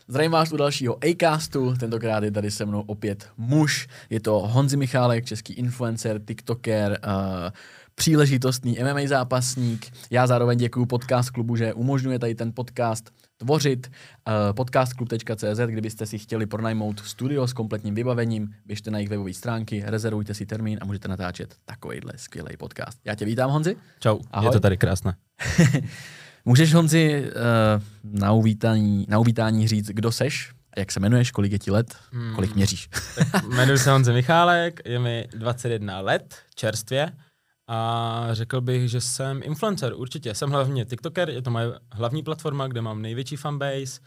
Zdravím vás u dalšího Acastu, tentokrát je tady se mnou opět muž, je to Honzi Michálek, český influencer, tiktoker, příležitostný MMA zápasník. Já zároveň děkuju Podcast klubu, že umožňuje tady ten podcast tvořit. Podcastklub.cz, kdybyste si chtěli pronajmout studio s kompletním vybavením, běžte na jejich webové stránky, rezervujte si termín a můžete natáčet takovýhle skvělý podcast. Já tě vítám, Honzi. Čau, ahoj. Je to tady krásné. Můžeš, Honzi, na uvítání říct, kdo seš, jak se jmenuješ, kolik je ti let, kolik měříš? Jmenuji se Honzi Michálek, je mi 21 let, čerstvě, a řekl bych, že jsem influencer, určitě. Jsem hlavně tiktoker, je to moje hlavní platforma, kde mám největší fanbase,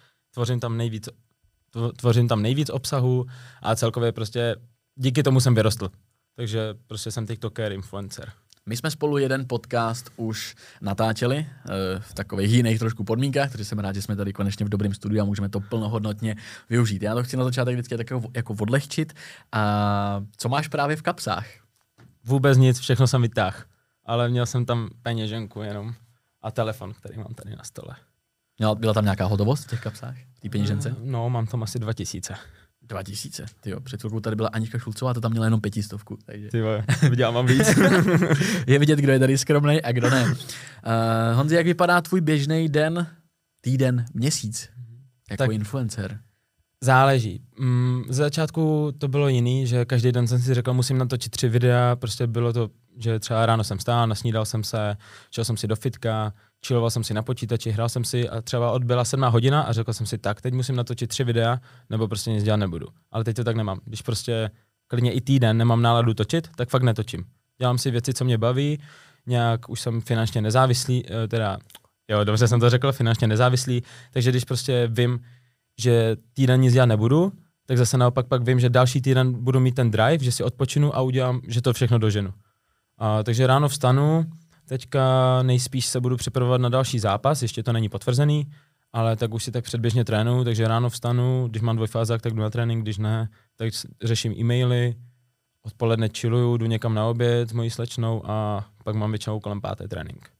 tvořím tam nejvíc obsahu a celkově prostě díky tomu jsem vyrostl. Takže prostě jsem tiktoker, influencer. My jsme spolu jeden podcast už natáčeli v takových jiných trošku podmínkách, takže jsem rád, že jsme tady konečně v dobrém studiu a můžeme to plnohodnotně využít. Já to chci na začátek vždycky jako odlehčit. A co máš právě v kapsách? Vůbec nic, všechno jsem vytáhl, ale měl jsem tam peněženku jenom a telefon, který mám tady na stole. Byla tam nějaká hotovost v těch kapsách, v té peněžence? No, mám tam asi 2000. 2000, tyjo, před chvilkou tady byla Anička Šulcová, to tam měla jenom 500, takže... Tyjo, já mám víc. Je vidět, kdo je tady skromnej a kdo ne. Honzi, jak vypadá tvůj běžný den, týden, měsíc, jako tak influencer? Záleží. Z začátku to bylo jiný, že každý den jsem si řekl, musím natočit 3 videa, prostě bylo to, že třeba ráno jsem stál, nasnídal jsem se, šel jsem si do fitka, chilloval jsem si na počítači, hrál jsem si a třeba odbyla 7 hodina a řekl jsem si tak, teď musím natočit 3 videa, nebo prostě nic dělat nebudu. Ale teď to tak nemám. Když prostě klidně i týden nemám náladu točit, tak fakt netočím. Dělám si věci, co mě baví, nějak už jsem finančně nezávislý, dobře jsem to řekl, finančně nezávislý, takže když prostě vím, že týden nic dělat nebudu, tak zase naopak pak vím, že další týden budu mít ten drive, že si odpočinu a udělám, že to všechno doženu. Takže ráno vstanu, teďka nejspíš se budu připravovat na další zápas, ještě to není potvrzený, ale tak už si tak předběžně trénuju, takže ráno vstanu, když mám dvojfázák, tak jdu na trénink, když ne, tak řeším e-maily, odpoledne chilluju, jdu někam na oběd s mojí slečnou a pak mám většinou kolem 5. trénink.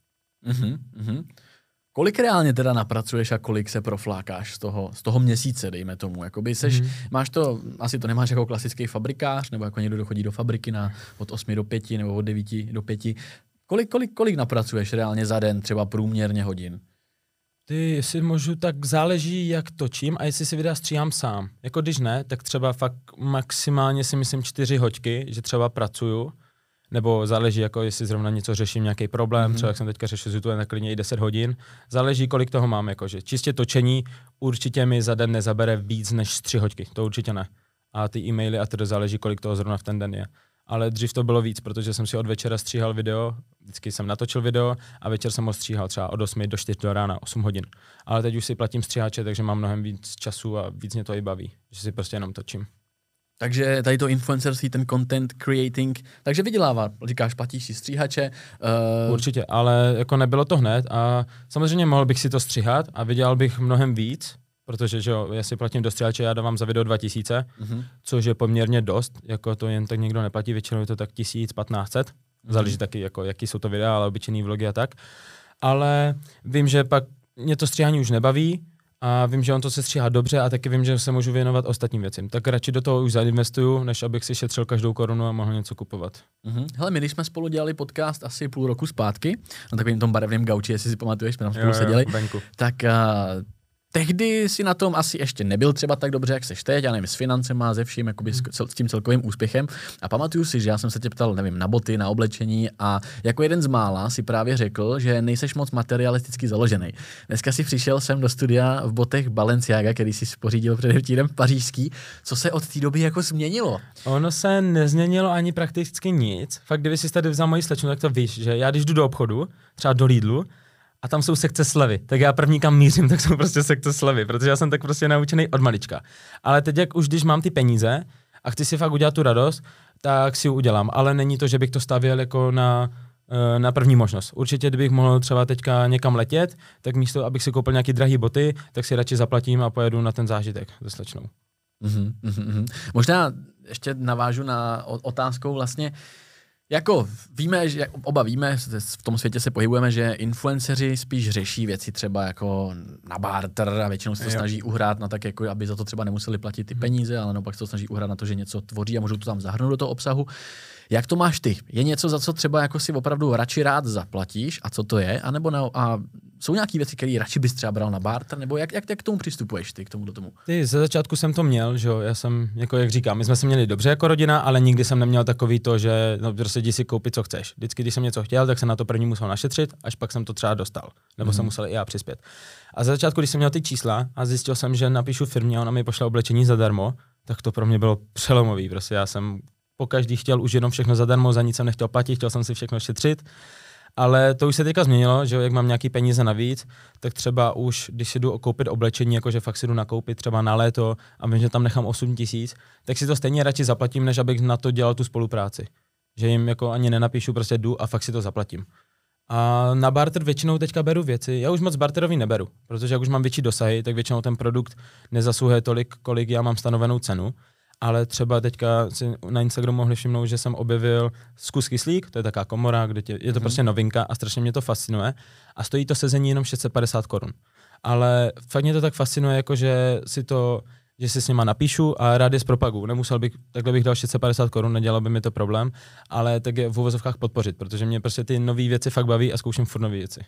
Kolik reálně teda napracuješ a kolik se proflákáš z toho měsíce, dejme tomu? Jakoby máš to, asi to nemáš jako klasický fabrikář, nebo jako někdo dochodí do fabriky od 8 do 5, nebo od 9 do 5. Kolik napracuješ reálně za den, třeba průměrně hodin? Jestli můžu, tak záleží, jak točím a jestli si videa stříhám sám. Jako když ne, tak třeba fakt maximálně si myslím 4 hoďky, že třeba pracuju, nebo záleží, jako jestli zrovna něco řeším, nějaký problém, třeba jak jsem teďka řešil z YouTube, tak klidně i 10 hodin. Záleží, kolik toho mám, jakože čistě točení určitě mi za den nezabere víc než 3 hoďky, to určitě ne. A ty e-maily a tedy záleží, kolik toho zrovna v ten den je. Ale dřív to bylo víc, protože jsem si od večera stříhal video, vždycky jsem natočil video a večer jsem ho stříhal třeba od 8 do 4 do rána, 8 hodin. Ale teď už si platím stříhače, takže mám mnohem víc času a víc mě to i baví, že si prostě jenom točím. Takže tady to influencerství, ten content creating, takže vydělává, říkáš, platíš si stříhače. Určitě, ale jako nebylo to hned a samozřejmě mohl bych si to stříhat a vydělal bych mnohem víc, protože že jo, já si platím do stříhače, já dávám za video 2000, což je poměrně dost, jako to jen tak někdo neplatí, většinou je to tak 1500, záleží taky, jako, jaký jsou to videa, ale obyčejný vlogy a tak. Ale vím, že pak mě to stříhání už nebaví, a vím, že on to se stříhá dobře a taky vím, že se můžu věnovat ostatním věcem. Tak radši do toho už zainvestuju, než abych si šetřil každou korunu a mohl něco kupovat. Hele, my když jsme spolu dělali podcast asi půl roku zpátky, na takovým tom barevném gauči, jestli si pamatuješ, jsme tam spolu seděli, tak tehdy si na tom asi ještě nebyl třeba tak dobře, jak seš teď, já nevím, s financema, ze vším, jakoby s tím celkovým úspěchem. A pamatuju si, že já jsem se tě ptal, nevím, na boty, na oblečení a jako jeden z mála si právě řekl, že nejseš moc materialisticky založený. Dneska si přišel sem do studia v botech Balenciaga, který si pořídil předevčírem pařížský. Co se od té doby jako změnilo? Ono se nezměnilo ani prakticky nic. Fakt, kdyby jsi tady vzal moji slečnu, tak to víš, že já když jdu do obchodu, třeba do Lidlu, a tam jsou sekce slevy, tak já první kam mířím, tak jsou prostě sekce slevy, protože já jsem tak prostě naučený od malička. Ale teď, jak už když mám ty peníze a chci si fakt udělat tu radost, tak si ji udělám, ale není to, že bych to stavěl jako na první možnost. Určitě, kdybych mohl třeba teďka někam letět, tak místo, abych si koupil nějaký drahý boty, tak si radši zaplatím a pojedu na ten zážitek se slečnou. Možná ještě navážu na otázkou vlastně, Jako víme, že oba víme, v tom světě se pohybujeme, že influenceři spíš řeší věci třeba jako na barter a většinou se to snaží uhrát na tak, jako aby za to třeba nemuseli platit ty peníze, ale naopak se to snaží uhrát na to, že něco tvoří a můžou to tam zahrnout do toho obsahu. Jak to máš ty? Je něco, za co třeba jako si opravdu radši rád zaplatíš a co to je? A nebo a jsou nějaké věci, které radši bys třeba bral na barter? Nebo jak k tomu přistupuješ ty, k tomu? Ty, ze začátku jsem to měl, že jo, já jsem, jako jak říkám, my jsme se měli dobře jako rodina, ale nikdy jsem neměl takový to, že no, prostě jdi si koupit, co chceš. Vždycky, když jsem něco chtěl, tak jsem na to první musel našetřit, až pak jsem to třeba dostal. Nebo jsem musel i já přispět. A za začátku, když jsem měl ty čísla a zjistil jsem, že napíšu firmě a ona mi pošle oblečení zadarmo, tak to pro mě bylo přelomový. Prostě já jsem pokaždý chtěl už jenom všechno zadarmo, za nic jsem nechtěl platit, chtěl jsem si všechno šetřit. Ale to už se teďka změnilo, že jak mám nějaký peníze navíc, tak třeba už, když si jdu koupit oblečení, jakože fakt si jdu nakoupit třeba na léto a vím, že tam nechám 8 000, tak si to stejně radši zaplatím, než abych na to dělal tu spolupráci. Že jim jako ani nenapíšu, prostě jdu a fakt si to zaplatím. A na barter většinou teďka beru věci. Já už moc barterový neberu, protože jak už mám větší dosahy, tak většinou ten produkt nezasluhuje tolik, kolik já mám stanovenou cenu. Ale třeba teďka si na Instagramu mohli všimnout, že jsem objevil Zkus kyslík, to je taková komora, kde je to prostě novinka a strašně mě to fascinuje. A stojí to sezení jenom 650 korun. Ale fakt mě to tak fascinuje, jako že si s nima napíšu a rád je zpropaguju. Nemusel bych, takhle bych dal 650 korun, nedělal by mi to problém, ale tak je v uvozovkách podpořit, protože mě prostě ty nové věci fakt baví a zkouším furt nové věci.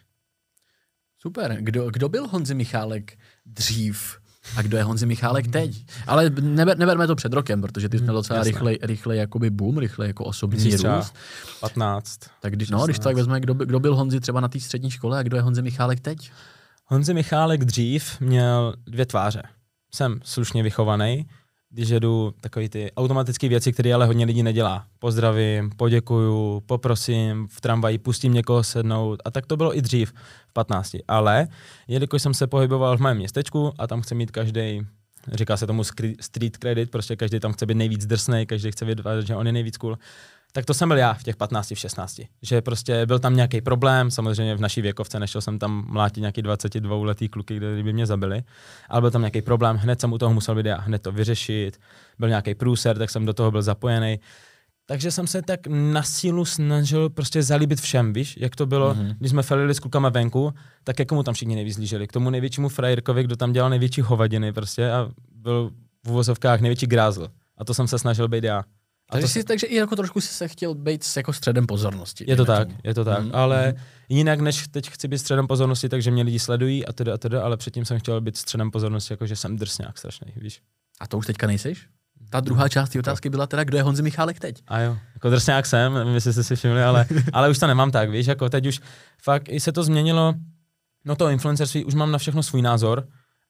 Super. Kdo byl Honzi Michálek dřív? A kdo je Honzi Michálek teď? Ale neberme to před rokem, protože ty jsi měl docela rychle jakoby boom, rychle jako osobní růst. 15. Tak když to tak vezme, kdo byl Honzi třeba na té střední škole a kdo je Honzi Michálek teď? Honzi Michálek dřív měl 2 tváře. Jsem slušně vychovaný, když jedu takový ty automatické věci, které ale hodně lidí nedělá. Pozdravím, poděkuju, poprosím, v tramvaji pustím někoho sednout a tak to bylo i dřív v 15. Ale jelikož jsem se pohyboval v mém městečku a tam chce mít každý, říká se tomu street credit, prostě každý tam chce být nejvíc drsnej, každý chce vytvářet, že on je nejvíc cool. Tak to jsem byl já v těch 15, v 16. Že prostě byl tam nějaký problém, samozřejmě v naší věkovce, nešel jsem tam mlátit nějaký 22letý kluky, kde by mě zabili, ale byl tam nějaký problém, hned jsem u toho musel být já, hned to vyřešit, byl nějaký průser, tak jsem do toho byl zapojený. Takže jsem se tak na sílu snažil prostě zalíbit všem, víš, jak to bylo, když jsme felili s klukama venku, tak jak komu tam všichni nejvíc líželi, k tomu největšímu frajerkovi, kdo tam dělal největší hovadiny prostě a byl v uvozovkách největší grázl. A to jsem se snažil být já. Takže i jako trošku si se chtěl být jako středem pozornosti. Je to tak, ale jinak než teď chci být středem pozornosti, takže mě lidi sledují a teda, ale předtím jsem chtěl být středem pozornosti, jakože jsem drsňák strašný, víš. A to už teďka nejseš? Ta druhá část té otázky byla teda, kdo je Honzi Michálek teď? A jo, jako drsňák jsem, nevím, jestli jste si všimli, ale už to nemám tak, víš, jako teď už fakt i se to změnilo, no to influencerství, už mám na všechno svůj názor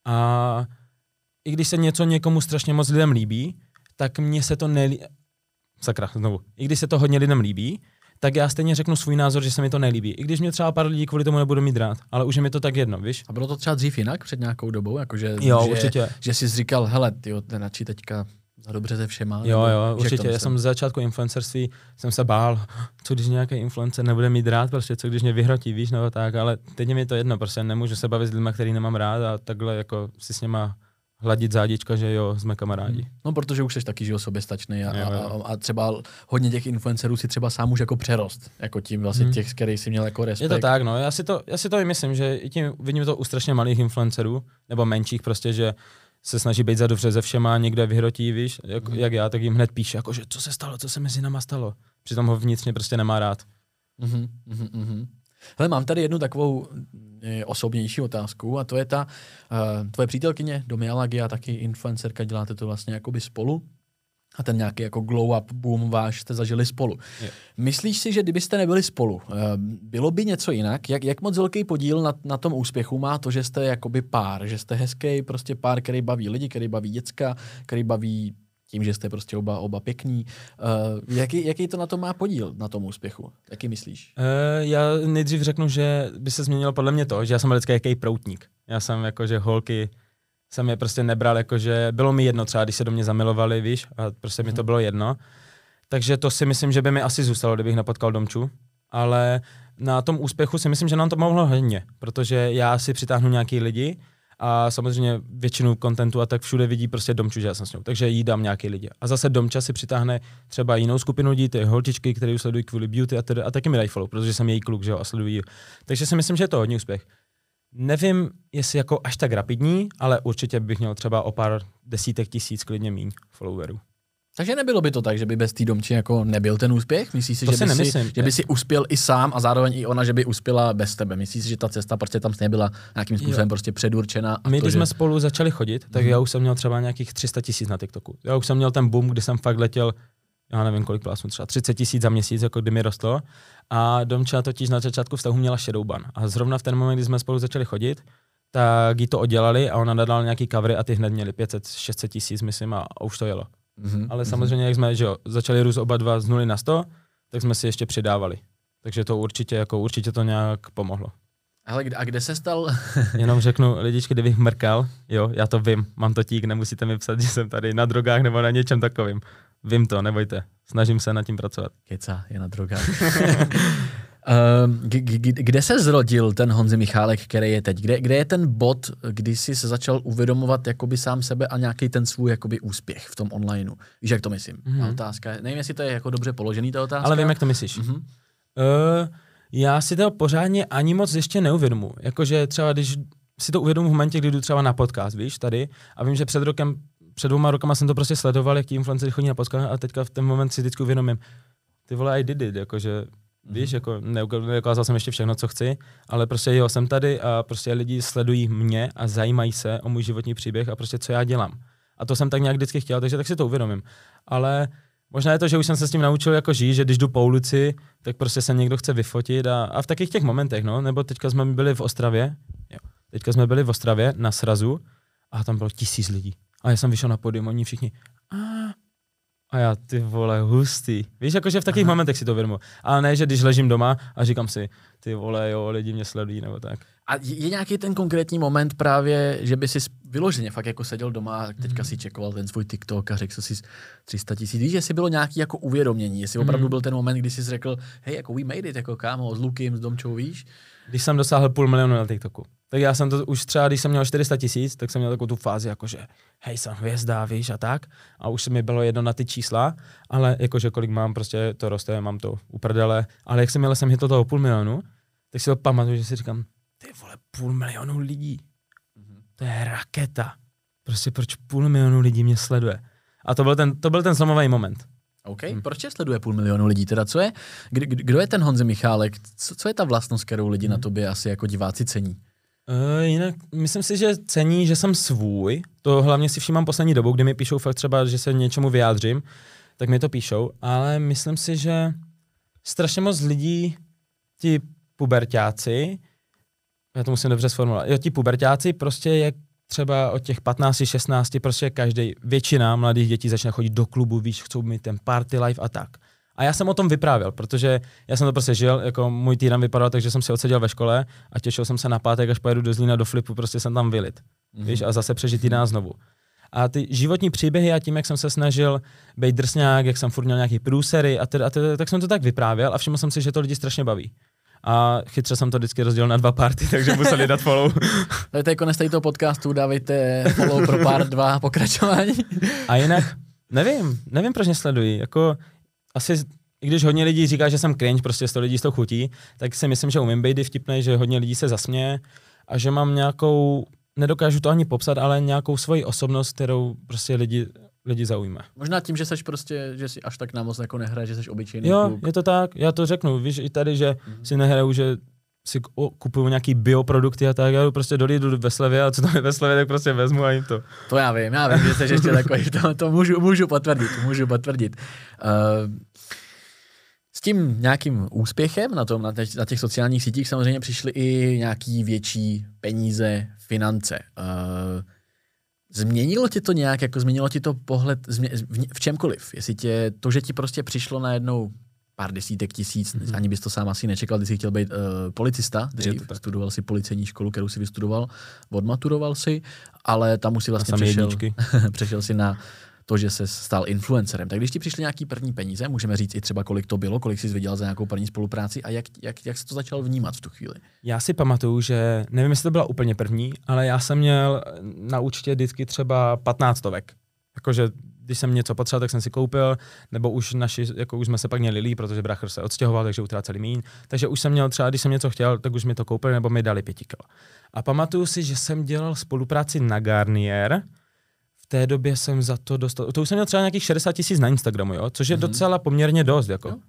a i když se něco někomu strašně moc lidem líbí, tak mně se to nelíbí. Sakra, znovu. I když se to hodně lidem líbí, tak já stejně řeknu svůj názor, že se mi to nelíbí. I když mě třeba pár lidí kvůli tomu nebudu mít rád, ale už je mi to tak jedno, víš? A bylo to třeba dřív jinak před nějakou dobou, jakože určitě. Že jsi říkal, hele, tyjo, radši teďka za dobře se všema. Jo, určitě. Já jsem z začátku influencerství jsem se bál, co když nějaký influencer nebude mít rád, prostě co když mě vyhrotí, víš, nebo tak, ale teď je mi to jedno, prostě nemůžu se bavit s lidmi, který nemám rád a takhle jako si s nima hladit zádička, že jo, jsme kamarádi. No, protože už jsi taky, že jo, soběstačný a třeba hodně těch influencerů si třeba sám už jako přerost, jako tím vlastně těch, s kterých si měl jako respekt. Je to tak, no, já si to i myslím, že i tím vidím to u strašně malých influencerů, nebo menších prostě, že se snaží být za dobře ze všema, někde vyhrotí, víš, jak já, tak jim hned píše, jako, že co se stalo, co se mezi náma stalo. Přitom ho vnitřně prostě nemá rád. Hele, mám tady jednu takovou osobnější otázku a to je ta tvoje přítelkyně Domi Alagia, taky influencerka, děláte to vlastně jakoby spolu a ten nějaký jako glow up boom váš jste zažili spolu. Myslíš si, že kdybyste nebyli spolu, bylo by něco jinak? Jak moc velký podíl na tom úspěchu má to, že jste jakoby pár, že jste hezký prostě pár, který baví lidi, který baví děcka, který baví tím, že jste prostě oba pěkní. Jaký to na to má podíl, na tom úspěchu? Jaký myslíš? Já nejdřív řeknu, že by se změnilo podle mě to, že já jsem byl vždycky jaký proutník. Já jsem jakože holky jsem je prostě nebral, jakože bylo mi jedno třeba, když se do mě zamilovali, víš, a prostě mi to bylo jedno. Takže to si myslím, že by mi asi zůstalo, kdybych nepotkal Domču. Ale na tom úspěchu si myslím, že nám to mohlo hodně, protože já si přitáhnu nějaký lidi a samozřejmě většinu kontentu a tak všude vidí prostě Domču, že já jsem s ňou, takže jí dám nějaký lidi. A zase Domča si přitáhne třeba jinou skupinu lidí, ty holčičky, které sledují kvůli beauty a taky mi dají follow, protože jsem její kluk, že jo, a sledují. Takže si myslím, že je to hodně úspěch. Nevím, jestli jako až tak rapidní, ale určitě bych měl třeba o pár desítek tisíc klidně míň followerů. Takže nebylo by to tak, že by bez té Domči jako nebyl ten úspěch? Myslíš si, že by si uspěl i sám a zároveň i ona, že by uspěla bez tebe? Myslíš si, že ta cesta prostě tam nebyla nějakým způsobem prostě předurčená? My, když jsme spolu začali chodit, tak já už jsem měl třeba nějakých 300 000 na TikToku. Já už jsem měl ten boom, kdy jsem fakt letěl, já nevím kolik plásnu, třeba 30 000 za měsíc, jako kdy mi rostlo. A Domča totiž na začátku vztahu měla shadowban. A zrovna v ten moment, kdy jsme spolu začali chodit, tak jí to oddělali a ona nadala nějaký covery a ty hned měli 500-600 000, myslím, a už to jelo. Ale samozřejmě, jak jsme začali růst oba dva z 0 na 100, tak jsme si ještě přidávali. Takže to určitě to nějak pomohlo. Ale a kde se stal? Jenom řeknu, lidičky, kdybych mrkal, jo, já to vím, mám to tík, nemusíte mi psat, že jsem tady na drogách nebo na něčem takovým. Vím to, nebojte, snažím se nad tím pracovat. Keca, je na drogách. Kde se zrodil ten Honzi Michálek, který je teď? Kde je ten bod, kdy jsi se začal uvědomovat jakoby sám sebe a nějaký ten svůj jakoby úspěch v tom onlineu? Víš, jak to myslím? Otázka. Nevím, jestli to je jako dobře položený ta otázka. Ale vím, jak to myslíš. Já si to pořádně ani moc ještě neuvědomuji. Jakože třeba, když si to uvědomuji v momentě, kdy jdu třeba na podcast, víš, tady, a vím, že před 2 rokama jsem to prostě sledoval, jak ti influenceři chodí na podcast a teďka v ten moment si vždycky uvědomím, ty vole, I did it, jakože víš, jako neukázal jsem ještě všechno, co chci, ale prostě jo, jsem tady a prostě lidi sledují mě a zajímají se o můj životní příběh a prostě co já dělám. A to jsem tak nějak vždycky chtěl, takže tak si to uvědomím. Ale možná je to, že už jsem se s tím naučil jako žít, že když jdu po ulici, tak prostě se někdo chce vyfotit a v takových těch momentech, no, nebo teďka jsme byli v Ostravě, na srazu a tam bylo 1000 lidí. A já jsem vyšel na pódium, oni všichni a já, ty vole, hustý. Víš, jakože v takových momentech si to uvědomuji. Ale ne, že když ležím doma a říkám si, ty vole, jo, lidi mě sledují, nebo tak. A je nějaký ten konkrétní moment právě, že by si vyloženě fakt jako seděl doma a teďka si čekoval ten svůj TikTok a řekl si 300 000. Víš, jestli bylo nějaký jako uvědomění, jestli opravdu byl ten moment, kdy jsi řekl, hej, jako we made it, jako kámo, s Lukem, s Domčou, víš? Když jsem dosáhl 500 000 na TikToku. Tak já jsem to už třeba, když jsem měl 400 000, tak jsem měl takovou tu fázi, jakože hej, jsem hvězda, víš, a tak. A už se mi bylo jedno na ty čísla, ale jakože kolik mám, prostě to roste, mám to u prdele. Ale jak jsem hitl toho 500 000, tak si to pamatuju, že si říkám, ty vole, 500 000 lidí. To je raketa. Prostě proč 500 000 lidí mě sleduje? A to byl ten zlomový moment. OK, proč tě sleduje 500 000 lidí? Teda co je, kdo je ten Honzi Michálek? Co je ta vlastnost, kterou lidi na tobě asi jako diváci cení? Jinak myslím si, že cení, že jsem svůj. To hlavně si všímám poslední dobou, kdy mi píšou fakt třeba, že se něčemu vyjádřím, tak mi to píšou, ale myslím si, že strašně moc lidí, ti puberťáci, já to musím dobře sformulovat, jo, ti puberťáci prostě je třeba od těch 15, 16, prostě většina mladých dětí začne chodit do klubu, víš, chcou mít ten party life a tak. A já jsem o tom vyprávěl, protože já jsem to prostě žil, jako můj týden vypadal tak, že jsem si odseděl ve škole a těšil jsem se na pátek, až pojedu do Zlína do Flipu, prostě jsem tam vylit. Víš, a zase přežít týden znovu. A ty životní příběhy a tím, jak jsem se snažil být drsňák, jak jsem furt měl nějaký průsery tak jsem to tak vyprávěl a všiml jsem si, že to lidi strašně baví. A chytře jsem to vždycky rozdělil na 2 party, takže museli dát follow. To je konec toho podcastu, dávejte follow pro part 2 pokračování. A jinak, nevím, proč mě sledují. Jako, asi, i když hodně lidí říká, že jsem cringe, prostě 100 lidí s tou chutí, tak si myslím, že umím být vtipnej, že hodně lidí se zasměje a že mám nějakou, nedokážu to ani popsat, ale nějakou svoji osobnost, kterou prostě lidi zaujme. Možná tím, že seš prostě, že si až tak na moc jako nehraje, že seš obyčejný kluk. Jo, je to tak, já to řeknu, víš, i tady, že si nehraju, že si kupuju nějaký bioprodukty a tak, já jdu prostě do Lidlu ve slevě a co tam je ve slevě, tak prostě vezmu a jim to. To já vím, že jsi ještě takový, to můžu potvrdit. S tím nějakým úspěchem na těch sociálních sítích samozřejmě přišly i nějaký větší peníze, finance. Změnilo ti to nějak, jako změnilo ti to pohled v čemkoliv? Jestli tě to, že ti prostě přišlo najednou pár desítek tisíc, ani bys to sám asi nečekal, ty jsi chtěl být policista, studoval si policejní školu, kterou si vystudoval, odmaturoval si, ale tam už si vlastně přešel si na to, že se stal influencerem. Tak když ti přišly nějaký první peníze, můžeme říct i třeba, kolik to bylo, kolik jsi vydělal za nějakou první spolupráci a jak se to začal vnímat v tu chvíli? Já si pamatuju, že nevím, jestli to byla úplně první, ale já jsem měl na účtě vždycky třeba 15 stovek. Jakože když jsem něco potřeboval, tak jsem si koupil, nebo už už jsme se pak měli líp, protože bratr se odstěhoval, takže utráceli míň. Takže už jsem měl třeba, když jsem něco chtěl, tak už mi to koupili, nebo mi dali 5 kilo. A pamatuju si, že jsem dělal spolupráci na Garnier. V té době jsem za to dostal, to už jsem měl třeba nějakých 60 000 na Instagramu, jo? Což je docela poměrně dost. Jako. Jo,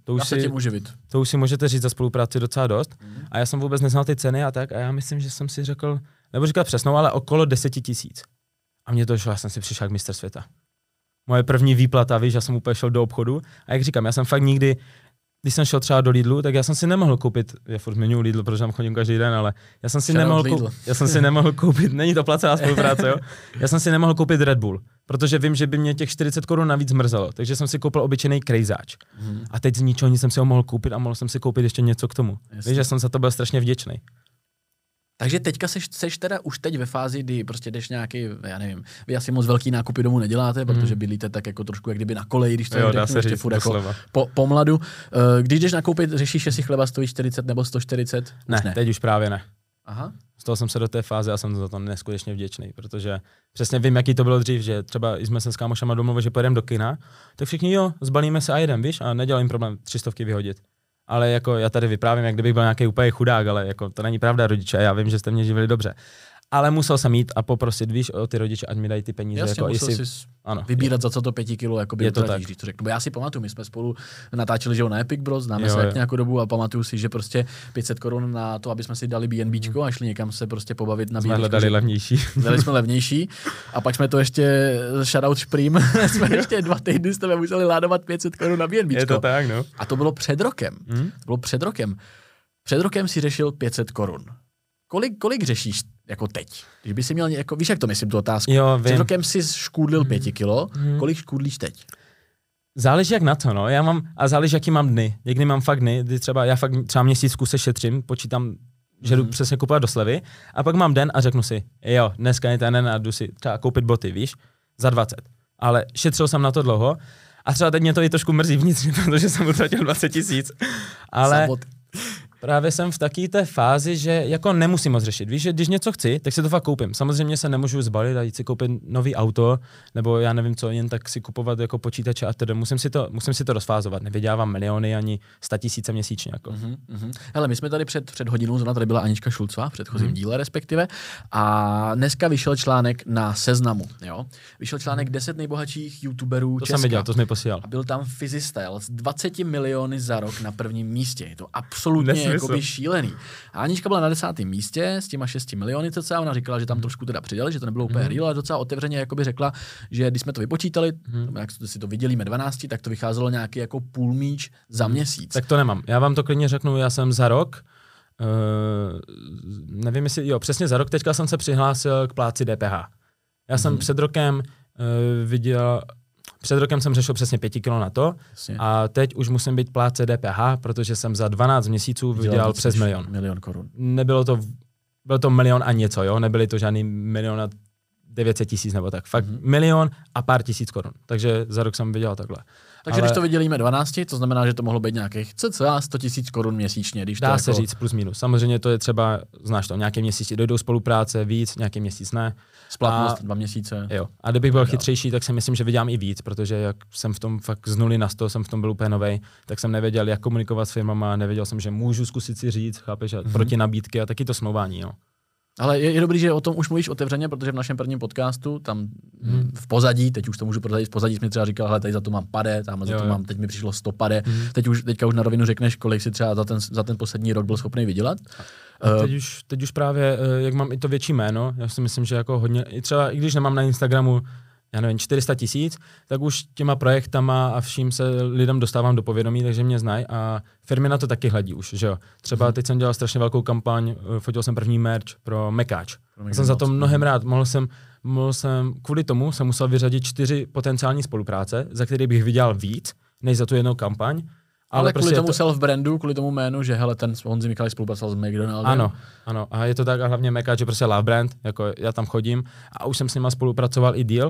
to už si můžete říct za spolupráci docela dost. A já jsem vůbec neznal ty ceny a tak. A já myslím, že jsem si řekl, nebo říkat přesnou, ale okolo 10 000. A mně to šlo, já jsem si přišel k mistr světa. Moje první výplata, víš, já jsem úplně šel do obchodu a jak říkám, já jsem fakt nikdy, když jsem šel třeba do Lidlu, tak já jsem si nemohl koupit, já furt zmiňuji Lidl, protože tam chodím každý den, ale já jsem si nemohl koupit, není to placená spolupráce, jo? Já jsem si nemohl koupit Red Bull, protože vím, že by mě těch 40 korun navíc mrzelo, takže jsem si koupil obyčejný krejzáč. A teď z ničeho nic jsem si ho mohl koupit a mohl jsem si koupit ještě něco k tomu. Jasně. Víš, že jsem za to byl strašně vděčný. Takže teďka seš teda už teď ve fázi, kdy prostě jdeš nějaký, já nevím, vy asi moc velký nákupy domů neděláte, protože bydlíte tak jako trošku jak kdyby na koleji, když to řeknu, ještě furt jako pomladu. Když jdeš nakoupit, řešíš, jestli chleba stojí 40 nebo 140? Ne, teď už právě ne. Aha. Z toho jsem se do té fáze a jsem za to neskutečně vděčný, protože přesně vím, jaký to bylo dřív, že třeba jsme se s kámošama domluvili, že pojedeme do kina, tak všichni zbalíme se a jedem, víš, a nedělám jim problém 300 vyhodit. Ale jako já tady vyprávím, jak kdybych byl nějaký úplně chudák, ale jako to není pravda, rodiče, já vím, že jste mě živili dobře. Ale musel jsem jít a poprosit, víš, o ty rodiče, ať mi dají ty peníze. Jasně, jako musel jsi vybírat, za co to 5 kilo jakoby utratíš, když to řeknu. Bo já si pamatuju, my jsme spolu natáčeli, že na Epic Bros, známe se jak nějakou dobu a pamatuju si, že prostě 500 korun na to, aby jsme si dali BNBčko a šli někam se prostě pobavit na BNBčko. Jsme hledali levnější. Dali jsme levnější a pak jsme to ještě, shoutout Šprým, jsme ještě 2 týdny s tebe museli ládovat 500 korun na BNBčko. Je to tak, no. A to bylo před rokem. To bylo před rokem. Před rokem si řešil 500 korun. Kolik řešíš jako teď? Když by si měl, jako, víš, jak to myslím, tu otázku? Jo, vím. Před rokem si škůdlil 5 kilo, kolik škůdlíš teď? Záleží jak na to, no. A záleží, jaký mám dny. Někdy mám fakt dny, kdy já fakt třeba měsíc se šetřím, počítám, že jdu přesně kupovat do slevy, a pak mám den a řeknu si, jo, dneska je ten den a jdu si třeba koupit boty, víš, za 20. Ale šetřil jsem na to dlouho a třeba teď mě to i trošku mrzí vnitřně, protože jsem utratil 20 000. Ale právě jsem v takové té fázi, že jako nemusím moc řešit. Víš, že když něco chci, tak si to fakt koupím. Samozřejmě se nemůžu zbalit a jít si koupit nový auto, nebo já nevím co, jen tak si kupovat jako počítače a tedy. Musím si to rozfázovat. Nevydělávám miliony ani 100 000 měsíčně. Jako. Hele, my jsme tady před hodinou, zrovna tady byla Anička Šulcová v předchozím díle respektive, a dneska vyšel článek na Seznamu. Jo? Vyšel článek 10 nejbohatších youtuberů Česka. To jsem viděl, to jsi mi posílal. A byl tam Physistyle s 20 miliony za rok na prvním místě. Je to absolutně jakoby šílený. A Anička byla na 10. místě s těma 6 miliony cca, ona říkala, že tam trošku teda přidali, že to nebylo úplně real, ale docela otevřeně jakoby řekla, že když jsme to vypočítali, jak si to vydělíme 12, tak to vycházelo nějaký jako půl míč za měsíc. Tak to nemám. Já vám to klidně řeknu, já jsem za rok, nevím jestli, přesně za rok, teďka jsem se přihlásil k plátci DPH. Já jsem před rokem Před rokem jsem řešil přesně 5 kilo na to. Jasně. A teď už musím být plátce DPH, protože jsem za 12 měsíců vydělal přes milion korun. Byl to 1 milion a něco, jo? Nebyly to žádný 1 900 000 nebo tak. Fakt 1 milion a pár tisíc korun. Takže za rok jsem vydělal takhle. Takže když to vydělíme 12, to znamená, že to mohlo být nějakých cca 100 000 korun měsíčně. Když dá to se jako říct plus minus. Samozřejmě to je třeba, znáš to, nějaký měsíc dojdou spolupráce víc, nějaký měsíc ne. Splatnost 2 měsíce. Jo. A kdybych byl chytřejší, tak si myslím, že vydělám i víc, protože jak jsem v tom fakt z 0 na 100, jsem v tom byl úplně novej, tak jsem nevěděl, jak komunikovat s firmama, nevěděl jsem, že můžu zkusit si říct, chápeš, proti nabídky a taky to smlouvání, jo. Ale je dobrý, že o tom už mluvíš otevřeně, protože v našem prvním podcastu, tam v pozadí, teď už to můžu prozradit, v pozadí jsi mi třeba říkal, hele, tady za to mám pade, tamhle za to mám, teď mi přišlo 100 pade, teďka už na rovinu řekneš, kolik si třeba za ten poslední rok byl schopný vydělat. Teď už právě, jak mám i to větší jméno, já si myslím, že jako hodně, třeba i když nemám na Instagramu, já nevím, 400 000, tak už těma projektama a vším se lidem dostávám do povědomí, takže mě znají a firmy na to taky hledí už, že jo. Třeba teď jsem dělal strašně velkou kampaň, fotil jsem první merch pro Mekáč. Jsem za to mnohem rád, mohl jsem, kvůli tomu jsem musel vyřadit 4 potenciální spolupráce, za které bych vydělal víc, než za tu jednou kampaň. Ale kvůli tomu self-brandu, kvůli tomu jménu, že hele, ten Honzi Michalik spolupracoval s McDonaldem. Ano. A je to tak a hlavně Mekáč je prostě love brand, jako já tam chodím a už jsem s nima spolupracoval i deal,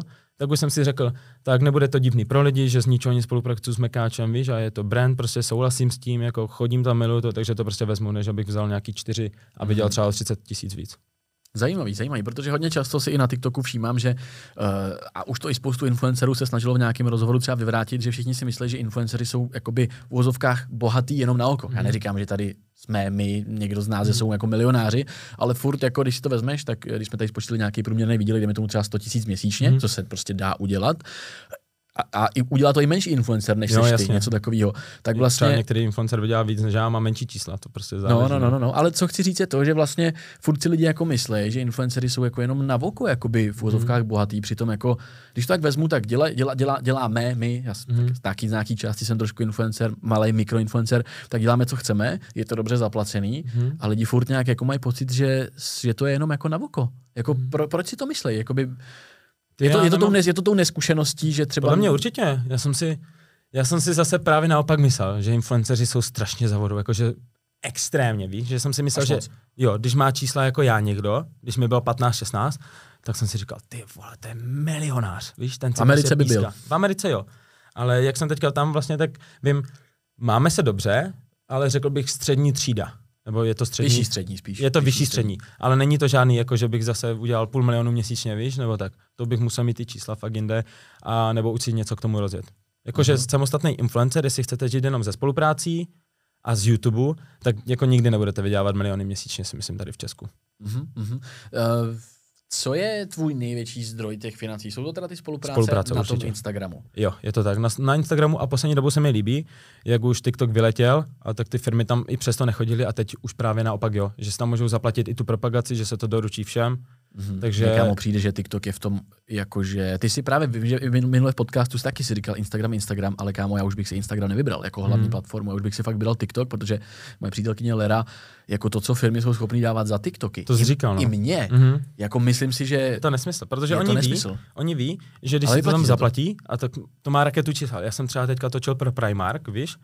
tak už jsem si řekl, tak nebude to divný pro lidi, že z ničeho nic spolupracuju s Mekáčem, víš, a je to brand, prostě souhlasím s tím, jako chodím tam, miluju to, takže to prostě vezmu, než abych vzal nějaký 4 a vydělal třeba 30 000 víc. Zajímavý, protože hodně často si i na TikToku všímám, že a už to i spoustu influencerů se snažilo v nějakém rozhovoru třeba vyvrátit, že všichni si myslí, že influenceři jsou jakoby v uvozovkách bohatý jenom na oko. Já neříkám, že tady jsme my, někdo z nás jsou jako milionáři, ale furt jako když si to vezmeš, tak když jsme tady spočítali nějaký průměrný výdělek, dejme tomu třeba 100 000 měsíčně, co se prostě dá udělat. A udělá to i menší influencer, než seš ty, něco takového. Tak vlastně třeba některý influencer vydělá víc, než já mám menší čísla, to prostě záleží. No, ale co chci říct je to, že vlastně furt si lidi jako myslí, že influenceři jsou jako jenom na oko, jakoby v úvozovkách bohatý, přitom jako, když to tak vezmu, tak děláme my, já taky z nějaký části jsem trošku influencer, malej mikroinfluencer, tak děláme, co chceme, je to dobře zaplacený, a lidi furt nějak jako mají pocit, že to je jenom jako na oko. Jako proč si to myslí? Jakoby je to tou neskušeností, že třeba... Podle mě určitě. Já jsem si zase právě naopak myslel, že influenceři jsou strašně za vodou, jakože extrémně, víš, že jsem si myslel, že jo, když má čísla jako já někdo, když mi bylo 15-16, tak jsem si říkal, ty vole, to je milionář, víš, ten v Americe by byl. V Americe jo, ale jak jsem teďka tam vlastně, tak vím, máme se dobře, ale řekl bych střední třída. Nebo je to střední? Vyšší střední spíš. Je to vyšší střední, ale není to žádný, jako že bych zase udělal 500 000 měsíčně, víš, nebo tak. To bych musel mít ty čísla fakt jinde, a nebo učit něco k tomu rozjet. Jakože samostatný influencer, jestli chcete žít jenom ze spoluprácí a z YouTube, tak jako nikdy nebudete vydělávat miliony měsíčně, si myslím, tady v Česku. Co je tvůj největší zdroj těch financí? Jsou to teda ty spolupráce na tom Instagramu? Jo, je to tak. Na Instagramu a poslední dobou se mi líbí, jak už TikTok vyletěl, a tak ty firmy tam i přesto nechodily a teď už právě naopak jo, že si tam můžou zaplatit i tu propagaci, že se to doručí všem. Takže kámo, přijde, že TikTok je v tom, jakože ty si právě, že minule v podcastu taky si říkal Instagram, ale kámo, já už bych si Instagram nevybral jako hlavní platformu, já už bych si fakt vybral TikTok, protože moje přítelkyně Lera, jako to, co firmy jsou schopný dávat za TikToky. To jsi říkal, no. I mě, jako myslím si, že je to nesmysl, protože oni ví, že když ale si to tam zaplatí, a to má raketu čísla. Já jsem třeba teďka točil pro Primark, víš?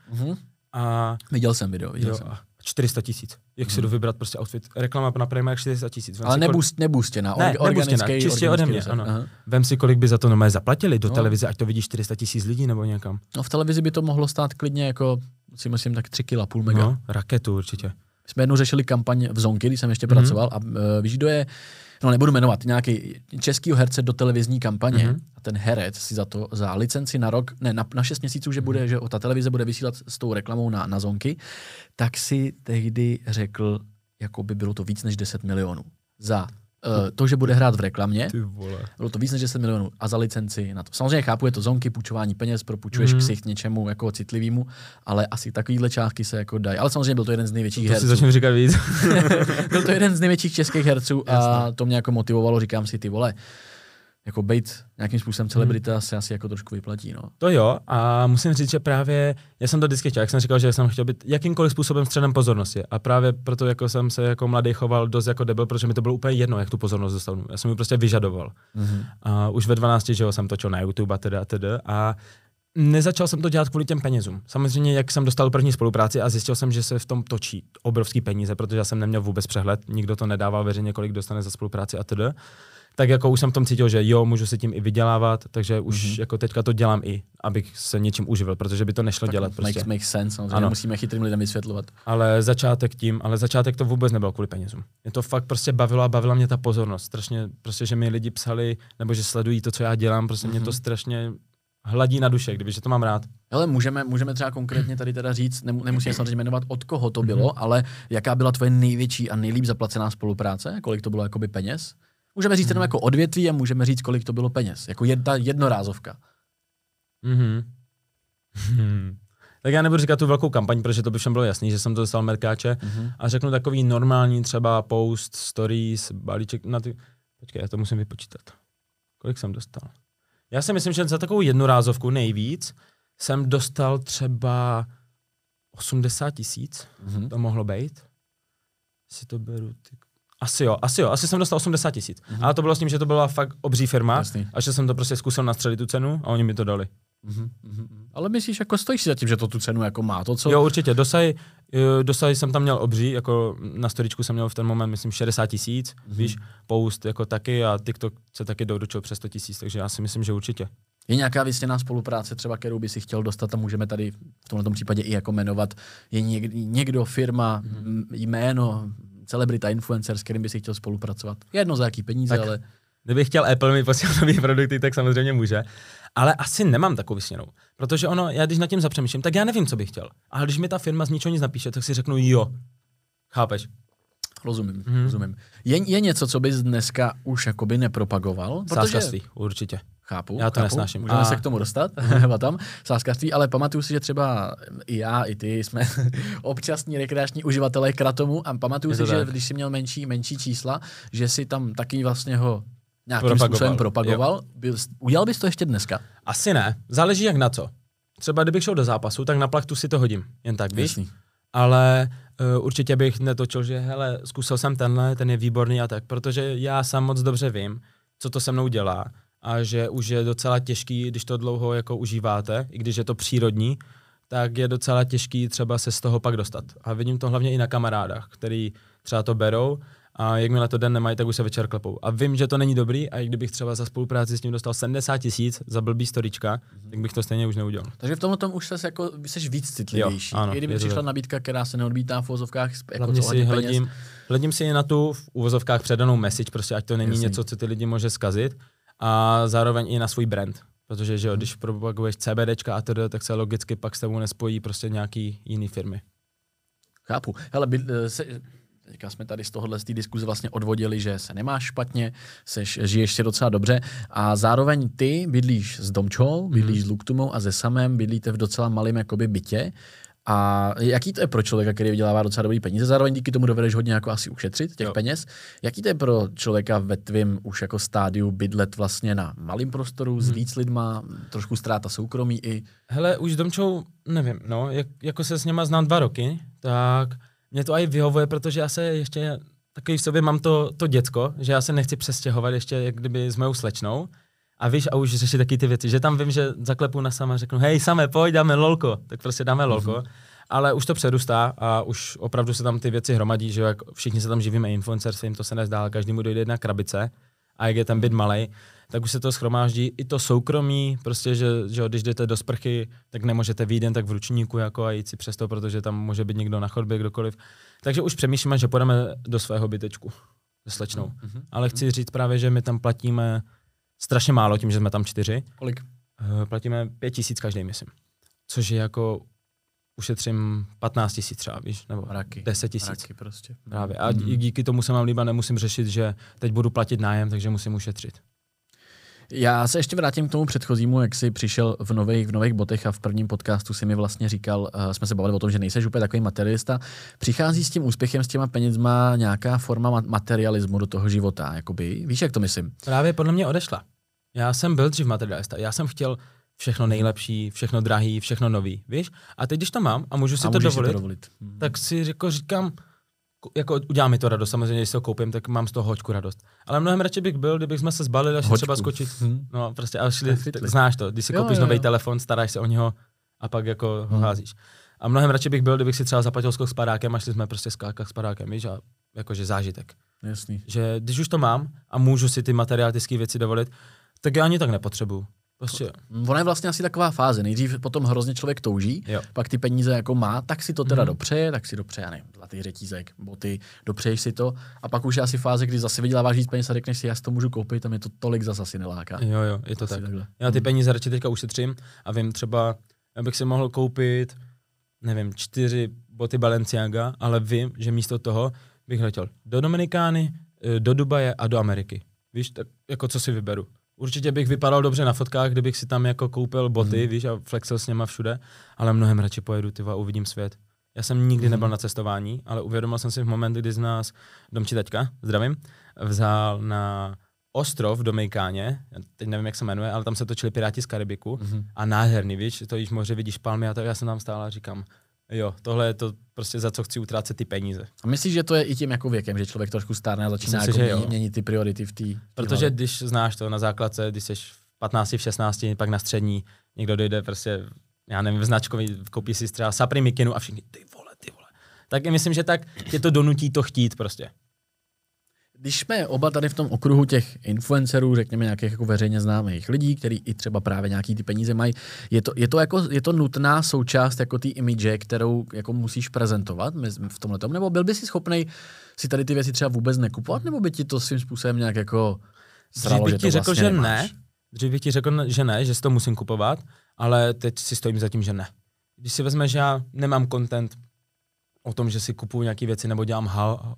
A viděl jsem video. 400 000. Jak si jdu vybrat prostě outfit? Reklama na Primark 400 000. Ale nebustěná, organický. Čistě ode mě, ano. Vem si, kolik by za to normálně zaplatili do televize, ať to vidí 400 000 lidí nebo někam. No v televizi by to mohlo stát klidně jako, si myslím, tak 3,5 mega. No, raketu určitě. My jsme jednou řešili kampaň v Zonky, když jsem ještě pracoval, a víš, kdo je, no nebudu jmenovat, nějaký českýho herce do televizní kampaně, a ten herec si za licenci na rok, ne, na 6 měsíců, že bude, že ta televize bude vysílat s tou reklamou na Zonky, tak si tehdy řekl, jako by bylo to víc než 10 milionů za to, že bude hrát v reklamě. Bylo to víc než 10 milionů a za licenci na to. Samozřejmě chápu, je to Zonky, půjčování peněz, propůjčuješ ksicht něčemu jako citlivýmu, ale asi takovýhle částky se jako dají. Ale samozřejmě byl to jeden z největších herců. To si začnu říkat víc. Byl to jeden z největších českých herců a to mě jako motivovalo, říkám si, ty vole, jako bejt nějakým způsobem celebrita se asi jako trošku vyplatí, no. To jo, a musím říct, že právě já jsem to vždycky chtěl, jak jsem říkal, že jsem chtěl být jakýmkoliv způsobem středem pozornosti, a právě proto jako jsem se jako mladý choval dost jako debil, protože mi to bylo úplně jedno, jak tu pozornost dostanu. Já jsem ji prostě vyžadoval. A už ve 12, že jo, jsem točil na YouTube a teda a nezačal jsem to dělat kvůli těm penězům. Samozřejmě, jak jsem dostal první spolupráci a zjistil jsem, že se v tom točí obrovský peníze, protože já jsem neměl vůbec přehled, nikdo to nedával veřejně, kolik dostane za spolupráci a teda. Tak jako už jsem v tom cítil, že jo, můžu se tím i vydělávat, takže už jako teďka to dělám i, abych se něčím uživil, protože by to nešlo tak dělat prostě. Makes sense, samozřejmě musíme chytrým lidem vysvětlovat. Ale začátek to vůbec nebyl kvůli penězům. Mě to fakt prostě bavilo a bavila mě ta pozornost. Strašně prostě, že mi lidi psali, nebo že sledují to, co já dělám, prostě mě to strašně hladí na duše, kdyby, že to mám rád. Ale můžeme třeba konkrétně tady teda říct, nemusíme samozřejmě jmenovat, od koho to bylo, ale jaká byla tvoje největší a nejlíp zaplacená spolupráce, kolik to bylo jakoby peněz? Můžeme říct jenom jako odvětví a můžeme říct, kolik to bylo peněz. Jako jednorázovka. Tak já nebudu říkat tu velkou kampaň, protože to by všem bylo jasný, že jsem to dostal Merkáče. A řeknu takový normální třeba post, stories, balíček na ty... Počkej, já to musím vypočítat. Kolik jsem dostal? Já si myslím, že za takovou jednorázovku nejvíc jsem dostal třeba 80 000. To mohlo být. Si to beru... Asi jsem dostal 80 000. Ale to bylo s tím, že to byla fakt obří firma a že jsem to prostě zkusil nastřelit tu cenu a oni mi to dali. Ale myslíš, jako stojíš si za tím, že to tu cenu jako má? To, co... Jo, určitě. Dosaj jsem tam měl obří, jako na storičku jsem měl v ten moment, myslím, 60 000, víš, post jako taky a TikTok se taky doručil přes 100 000, takže já si myslím, že určitě. Je nějaká vysněná spolupráce třeba, kterou by si chtěl dostat a můžeme tady v tomto případě i jako jmenovat? Je někdo, firma, jméno, celebrita, influencer, s kterým by si chtěl spolupracovat? Jedno za jaký peníze, tak, ale... Kdybych chtěl Apple mi posílat nový produkty, tak samozřejmě může. Ale asi nemám takovou vysněnou. Protože já když nad tím zapřemýšlím, tak já nevím, co bych chtěl. Ale když mi ta firma z ničeho nic napíše, tak si řeknu jo. Chápeš? Rozumím. Je něco, co bys dneska už jakoby nepropagoval? Sázkařství, určitě. Chápu. Já to nesnáším. Můžeme se k tomu dostat, tam, sázkařství, ale pamatuju si, že třeba i já, i ty jsme občasní rekreační uživatelé kratomu a pamatuju si, že když jsi měl menší čísla, že si tam taky vlastně ho nějakým způsobem propagoval. Udělal bys to ještě dneska? Asi ne. Záleží jak na co. Třeba kdybych šel do zápasu, tak na plachtu si to hodím. Jen tak, víš? Ale určitě bych netočil, že hele, zkusil jsem ten je výborný a tak, protože já sám moc dobře vím, co to se mnou dělá a že už je docela těžký, když to dlouho jako užíváte, i když je to přírodní, tak je docela těžký třeba se z toho pak dostat. A vidím to hlavně i na kamarádách, který třeba to berou a jakmile to den nemají, tak už se večer klepou. A vím, že to není dobrý a i kdybych třeba za spolupráci s ním dostal 70 000 za blbý storička, tak bych to stejně už neudělal. Takže v tomhle už jsi víc citlivější. Jo, ano, i kdyby přišla nabídka, která se neodmítá v uvozovkách, jako hledím si na tu v uvozovkách předanou message, prostě ať to není něco, co ty lidi může zkazit a zároveň i na svůj brand. Protože že jo, když propaguješ CBDčka a tedy, tak se logicky pak s tebou nespojí prostě nějaký jiný firmy. Chápu. Hele, teďka jsme tady z tohohle z té diskuze vlastně odvodili, že se nemáš špatně, žiješ si docela dobře a zároveň ty bydlíš s Domčou, bydlíš s Luktumou a se Samem, bydlíte v docela malém jakoby bytě. A jaký to je pro člověka, který vydělává docela dobrý peníze, zároveň díky tomu dovedeš hodně jako asi ušetřit těch peněz. Jaký to je pro člověka ve tvým už jako stádiu bydlet vlastně na malém prostoru s víc lidma, trošku ztráta soukromí i? Hele, už s Domčou, nevím, no, jako se s něma znám 2 roky, tak mě to i vyhovuje, protože já se ještě takový v sobě mám to děcko, že já se nechci přestěhovat ještě jak kdyby s mojou slečnou. A víš, a už řešit taky ty věci, že tam vím, že zaklepu na Sama a řeknu, hej Same, pojď, dáme lolko, tak prostě dáme lolko. Ale už to přerůstá a už opravdu se tam ty věci hromadí, že jak všichni se tam živíme influencerstvím, to se nezdá, každému dojde jedna krabice a jak je ten byt malej, tak už se to schromáždí i to soukromí, prostě, že když jdete do sprchy, tak nemůžete vyjít jen tak v ručníku jako a jít si přesto, protože tam může být někdo na chodbě, kdokoliv. Takže už přemýšlíme, že půjdeme do svého bytečku se slečnou. Ale chci říct právě, že my tam platíme strašně málo tím, že jsme tam 4. Kolik? Platíme 5 000 každý, myslím. Což je jako ušetřím 15 000 třeba, víš, nebo 10 000. Prostě. Právě. A díky tomu se mám líbá, nemusím řešit, že teď budu platit nájem, takže musím ušetřit. Já se ještě vrátím k tomu předchozímu, jak jsi přišel v nových botech a v prvním podcastu si mi vlastně říkal, jsme se bavili o tom, že nejseš úplně takový materialista. Přichází s tím úspěchem, s těma penězma nějaká forma materialismu do toho života, jakoby, víš, jak to myslím? Právě podle mě odešla. Já jsem byl dřív materialista, já jsem chtěl všechno nejlepší, všechno drahý, všechno nový, víš? A teď, když to mám a můžu si to dovolit. Tak si říkám, jako udělá mi to radost, samozřejmě, když si to koupím, tak mám z toho hoďku radost. Ale mnohem radši bych byl, kdybychom se zbalili a šli třeba skočit. No prostě a šli, znáš to, když si koupíš nový telefon, staráš se o něho a pak jako ho házíš. A mnohem radši bych byl, kdybych si třeba zaplatil skok s padákem a šli jsme prostě skákat s padákem, víš, a jakože zážitek. Jasný. Že když už to mám a můžu si ty materialistické věci dovolit, tak já ani tak nepotřebuju. Prostě. Ona je vlastně asi taková fáze. Nejdřív potom hrozně člověk touží, pak ty peníze jako má, tak si to teda dopřeje, já nevím, zlatý řetízek, boty, dopřeješ si to a pak už je asi fáze, kdy zase vyděláváš víc peněz a řekneš si, já si to můžu koupit a mě to tolik zase asi neláká. Jo, je to asi tak. Takhle. Já ty peníze radši teďka ušetřím a vím třeba, abych si mohl koupit, nevím, 4 boty Balenciaga, ale vím, že místo toho bych letěl do Dominikány, do Dubaje a do Ameriky. Víš, tak jako co si vyberu. Určitě bych vypadal dobře na fotkách, kdybych si tam jako koupil boty, víš, a flexil s něma všude, ale mnohem radši pojedu a uvidím svět. Já jsem nikdy nebyl na cestování, ale uvědomil jsem si v moment, kdy z nás Domči taťka, zdravím, vzal na ostrov v Dominikáně, teď nevím, jak se jmenuje, ale tam se točili Piráti z Karibiku a nádherný, víš, to jíš moře, vidíš palmy a tak já jsem tam stál a říkám, jo, tohle je to prostě za co chci utrácet ty peníze. A myslíš, že to je i tím jako věkem, že člověk trošku stárne a začíná jako měnit ty priority v té. Protože když znáš to na základce, když jsi v 15, v 16, pak na střední, někdo dojde prostě já nevím, značkový, koupí si třeba Sapri mikinu a všichni, ty vole. Tak myslím, že tak tě to donutí to chtít prostě. Když jsme oba tady v tom okruhu těch influencerů, řekněme nějakých jako veřejně známých lidí, kteří i třeba právě nějaký ty peníze mají, je to nutná součást jako té image, kterou jako musíš prezentovat v tomhletom, nebo byl by si schopnej si tady ty věci třeba vůbec nekupovat, nebo by ti to svým způsobem nějak jako sralo, Dřív bych ti řekl, vlastně že nemáš? ne. Dřív bych ti řekl, že ne, že si to musím kupovat, ale teď si stojím za tím, že ne. Když si vezmeš, že já nemám content o tom, že si kupuju nějaké věci nebo dělám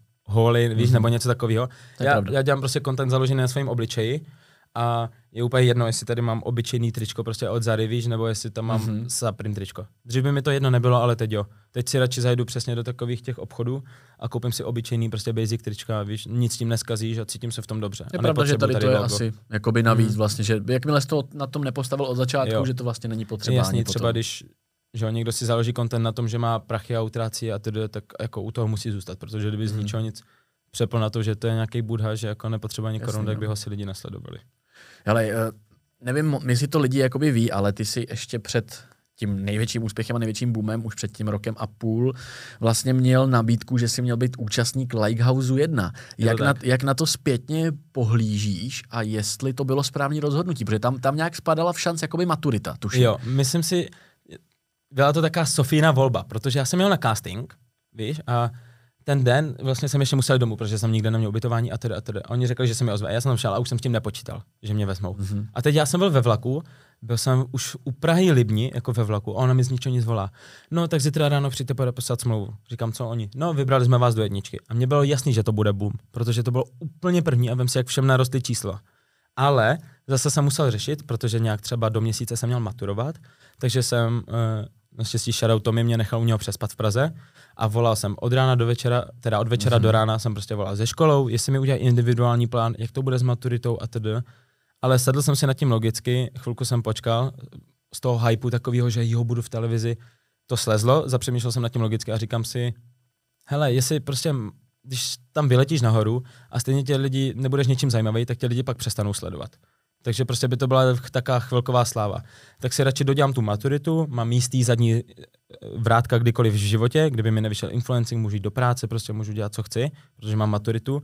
holy, víš, nebo něco takového. Já dělám prostě content založený na svém obličeji a je úplně jedno, jestli tady mám obyčejný tričko prostě od Zary, víš, nebo jestli tam mám Saprim tričko. Dřív by mi to jedno nebylo, ale teď jo. Teď si radši zajdu přesně do takových těch obchodů a koupím si obyčejný prostě basic trička, víš, nic s tím neskazíš a cítím se v tom dobře. Je pravda, že tady to je asi jakoby navíc vlastně, že jakmile jsi to na tom nepostavil od začátku, že to vlastně není potřeba. Jasně, třeba když že někdo si založí content na tom, že má prachy a utrácí a tedy, tak jako u toho musí zůstat, protože kdyby z ničeho nic přepl na to, že to je nějaký Buddha, že jako nepotřebuje ani korun, tak by ho si lidi nesledovali. Hele, nevím, jestli to lidi jakoby ví, ale ty si ještě před tím největším úspěchem a největším boomem, už před tím rokem a půl, vlastně měl nabídku, že si měl být účastník Likehouse 1. Jak na to zpětně pohlížíš a jestli to bylo správné rozhodnutí, protože tam nějak spadala v šanc jakoby maturita, tuším. Jo, myslím si, byla to taková Sofína volba, protože já jsem měl na casting, víš, a ten den vlastně jsem ještě musel domů, protože jsem nikde neměl ubytování a tedy. A oni řekli, že se mi ozve. Já jsem tam šel a už jsem s tím nepočítal, že mě vezmou. A teď já jsem byl ve vlaku, byl jsem už u Prahy Libni, jako ve vlaku, a ona mi z ničeho nic volá. No, tak zítra ráno přijďte podepsat smlouvu. Říkám, co oni? No, vybrali jsme vás do jedničky. A mně bylo jasný, že to bude boom, protože to bylo úplně první a vem si, jak všem narostly čísla. Ale zase jsem musel řešit, protože nějak třeba do měsíce jsem měl maturovat, takže jsem naštěstí shoutout Tomi mě nechal u něho přespat v Praze a volal jsem od rána do večera, teda od večera do rána jsem prostě volal ze školou, jestli mi udělají individuální plán, jak to bude s maturitou a tedy. Ale sedl jsem si nad tím logicky, chvilku jsem počkal, z toho hypeu takového, že jo, budu v televizi, to slezlo, zapřemýšlel jsem nad tím logicky a říkám si, hele, jestli prostě, když tam vyletíš nahoru a stejně tě lidi, nebudeš něčím zajímavý, tak tě lidi pak přestanou sledovat. Takže prostě by to byla taková chvilková sláva. Tak si radši dodělám tu maturitu, mám jistý zadní vrátka kdykoliv v životě, kdyby mi nevyšel influencing, můžu jít do práce, prostě můžu dělat, co chci, protože mám maturitu.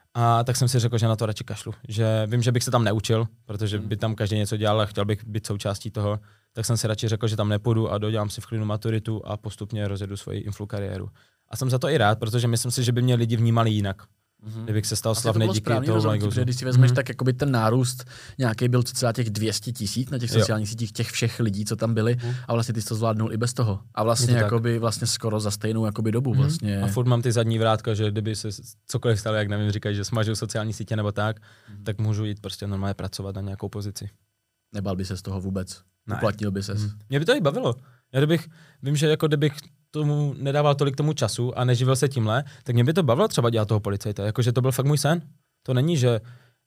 A tak jsem si řekl, že na to radši kašlu. Že vím, že bych se tam neučil, protože by tam každý něco dělal a chtěl bych být součástí toho. Tak jsem si radši řekl, že tam nepůjdu a dodělám si v klidu maturitu a postupně rozjedu svoji influ kariéru. A jsem za to i rád, protože myslím si, že by mě lidi vnímali jinak. Kdybych se stal slavný díky toho Likehouse. Když si vezmeš, tak jakoby ten nárůst nějaký byl celá těch 200 000 na těch sociálních sítích, těch všech lidí, co tam byli, a vlastně ty jsi to zvládnul i bez toho. A vlastně jakoby vlastně skoro za stejnou jakoby dobu vlastně. A furt mám ty zadní vrátka, že kdyby se cokoliv stalo, jak nevím, říkají, že smažou sociální sítě nebo tak můžu jít prostě normálně pracovat na nějakou pozici. Nebal by se z toho vůbec? Uplatnil by ses? Mě by to i bavilo. Vím, že jako kdybych tomu nedával tolik tomu času a neživil se tímhle, tak mě by to bavilo třeba dělat toho policajta, jakože to byl fakt můj sen. To není, že,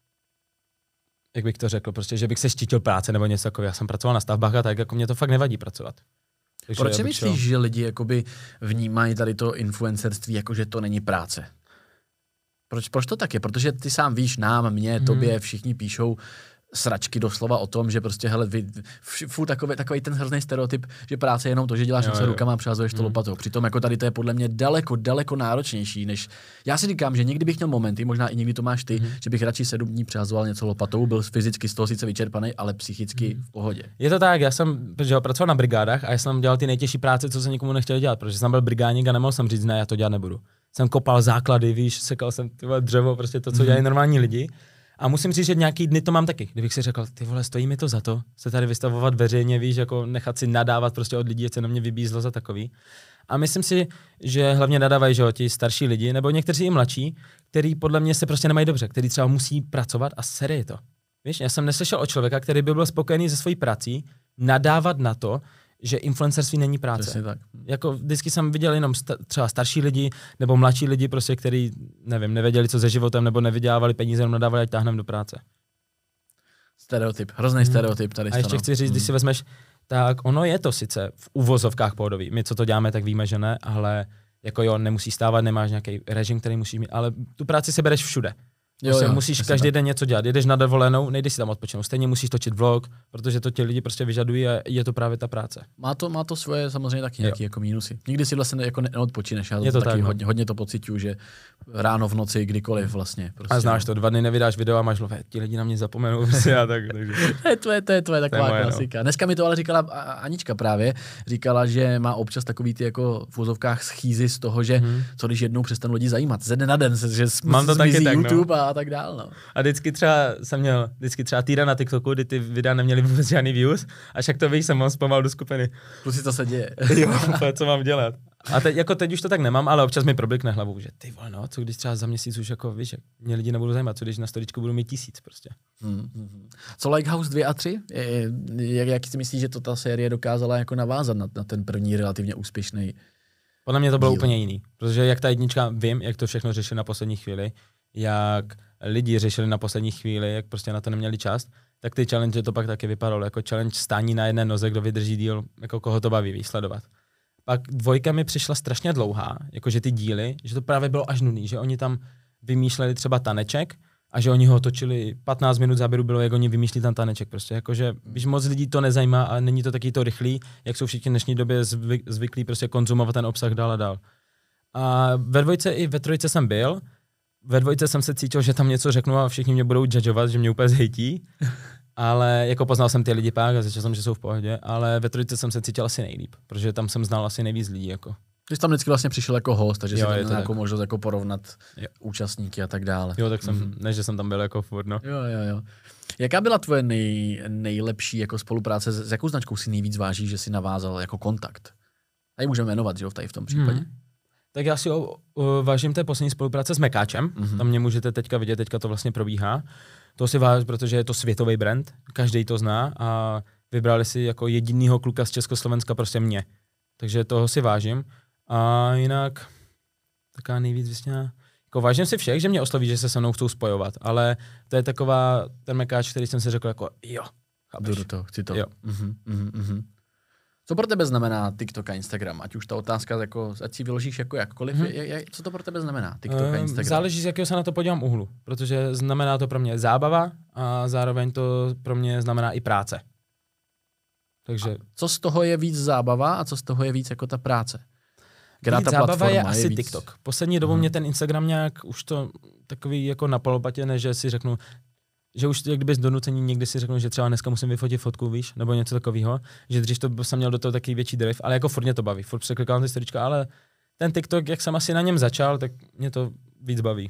jak bych to řekl, prostě, že bych se štítil práce nebo něco takového. Já jsem pracoval na stavbách a tak, jako mě to fakt nevadí pracovat. Takže proč si myslíš, že lidi jakoby vnímají tady to influencerství, jako že to není práce? Proč to tak je? Protože ty sám víš, mě, tobě, všichni píšou sračky doslova o tom, že prostě hele, furt takový ten hrozný stereotyp, že práce je jenom to, že děláš něco rukama a přehazuješ to lopatou. Přitom jako tady to je podle mě daleko náročnější, než já si říkám, že někdy bych měl momenty, možná i někdy to máš ty, že bych radši 7 dní přehazoval něco lopatou, byl fyzicky z toho sice vyčerpaný, ale psychicky v pohodě. Je to tak, já jsem pracoval na brigádách a já jsem dělal ty nejtěžší práce, co se nikomu nechtěl dělat, protože jsem byl brigádník a nemohl jsem říct, ne, já to dělat nebudu. Jsem kopal základy, víš, sekal jsem dřevo, prostě to, co dělají normální lidi. A musím říct, že nějaký dny to mám taky, kdybych si řekl, ty vole, stojí mi to za to, se tady vystavovat veřejně, víš, jako nechat si nadávat prostě od lidí, co na mě vybízlo za takový. A myslím si, že hlavně nadávají, že ti starší lidi, nebo někteří i mladší, který podle mě se prostě nemají dobře, který třeba musí pracovat a sere je to. Víš, já jsem neslyšel od člověka, který by byl spokojený se svojí prací, nadávat na to, že influencerství není práce. Tak. Jako vždycky jsem viděl jenom třeba starší lidi nebo mladší lidi, prostě, který, nevím, nevěděli, co se životem, nebo nevydělávali peníze, jenom nadávali, ať táhneme do práce. Stereotyp, hrozný stereotyp tady. A ještě chci říct, když si vezmeš, tak ono je to sice v uvozovkách pohodový. My, co to děláme, tak víme, že ne, ale jako jo, nemusí stávat, nemáš nějaký režim, který musíš mít, ale tu práci si bereš všude. Musíš každý den něco dělat. Jedeš na dovolenou, nejdeš si tam odpočinout. Stejně musíš točit vlog, protože to ti lidi prostě vyžadují a je to právě ta práce. Má to svoje samozřejmě taky nějaké jako mínusy. Nikdy si vlastně jako neodpočineš. Já to taky tak, hodně to pocituju, že ráno, v noci, kdykoliv vlastně. Prostě, a znáš to, 2 dny nevydáš video a máš ti lidi na mě zapomenou. To je tvoje taková klasika. Dneska mi to ale říkala Anička právě. Říkala, že má občas takový ty jako v úzovkách schýzy z toho, že co když jednou přestanu lidi zajímat. Ze dne na den, že mám to taky tak, YouTube a tak dál. No. A vždycky jsem měl týden na TikToku, kdy ty videa neměly vůbec žádný views, a však to víš, jsem mám zpomal do skupiny. Plus to se děje. Jo, co mám dělat. A teď už to tak nemám, ale občas mi problikne hlavou, že ty vole, no, co když třeba za měsíc už jako víš, mě lidi nebudou zajímat, co když na storičku budu mít 1000 prostě. Co Likehouse 2 a 3? Jak si myslíš, že to ta série dokázala jako navázat na ten první relativně úspěšný? Podle mě to bylo úplně jiný, protože jak ta jednička, vím, jak to všechno řešili na poslední chvíli, jak lidi řešili na poslední chvíli, jak prostě na to neměli čas, tak ty challenge to pak taky vypadalo jako challenge stání na jedné noze, kdo vydrží díl, jako koho to baví výsledovat. Pak 2 mi přišla strašně dlouhá, jakože ty díly, že to právě bylo až nudný, že oni tam vymýšleli třeba taneček a že oni ho točili 15 minut záběru bylo, jak oni vymýšlí ten taneček prostě, jakože když moc lidí to nezajímá a není to taky to rychlý, jak jsou všichni v dnešní době zvyklí prostě konzumovat ten obsah dál a dál. A ve 2 i ve 3 jsem byl. Ve 2 jsem se cítil, že tam něco řeknu a všichni mě budou judgeovat, že mě úplně zhejtí, ale jako poznal jsem ty lidi pak a zjistil jsem, že jsou v pohodě, ale ve 3 jsem se cítil asi nejlíp, protože tam jsem znal asi nejvíc lidí. Jako. Ty jsi tam vždycky vlastně přišel jako host, takže jsi tam měl nějakou možnost jako porovnat účastníky a tak dále. Jo, tak jsem, než že jsem tam byl jako furt, no. Jo. Jaká byla tvoje nejlepší jako spolupráce, s jakou značkou si nejvíc vážíš, že si navázal jako kontakt? Tady můžeme jmenovat, že jo, tady v tom případě. Tak já si vážím té poslední spolupráce s Mekáčem, tam mě můžete teďka vidět, teďka to vlastně probíhá. To si vážím, protože je to světový brand, každý to zná a vybrali si jako jedinýho kluka z Československa prostě mě. Takže toho si vážím. A jinak taká nejvíc vysněná. Jako vážím si všech, že mě osloví, že se se mnou chcou spojovat, ale to je taková ten Mekáč, který jsem si řekl jako jo, chápeš. Jdu do toho, chci to. Jo. Co pro tebe znamená TikTok a Instagram? Ať už ta otázka, jako, ať si vyložíš jako jakkoliv, co to pro tebe znamená TikTok a Instagram? Záleží, z jakého se na to podívám úhlu, protože znamená to pro mě zábava a zároveň to pro mě znamená i práce. Takže... A co z toho je víc zábava a co z toho je víc jako ta práce? Víc zábava je asi víc... TikTok. Poslední dobou mě ten Instagram nějak už to takový jako na polopatě, než že si řeknu, že už jak kdyby z donucení někdy si řeknu, že třeba dneska musím vyfotit fotku, víš, nebo něco takového, že dřív to jsem měl do toho taky větší drive, ale jako furt mě to baví, furt překlikám ty storička, ale ten TikTok, jak jsem asi na něm začal, tak mě to víc baví.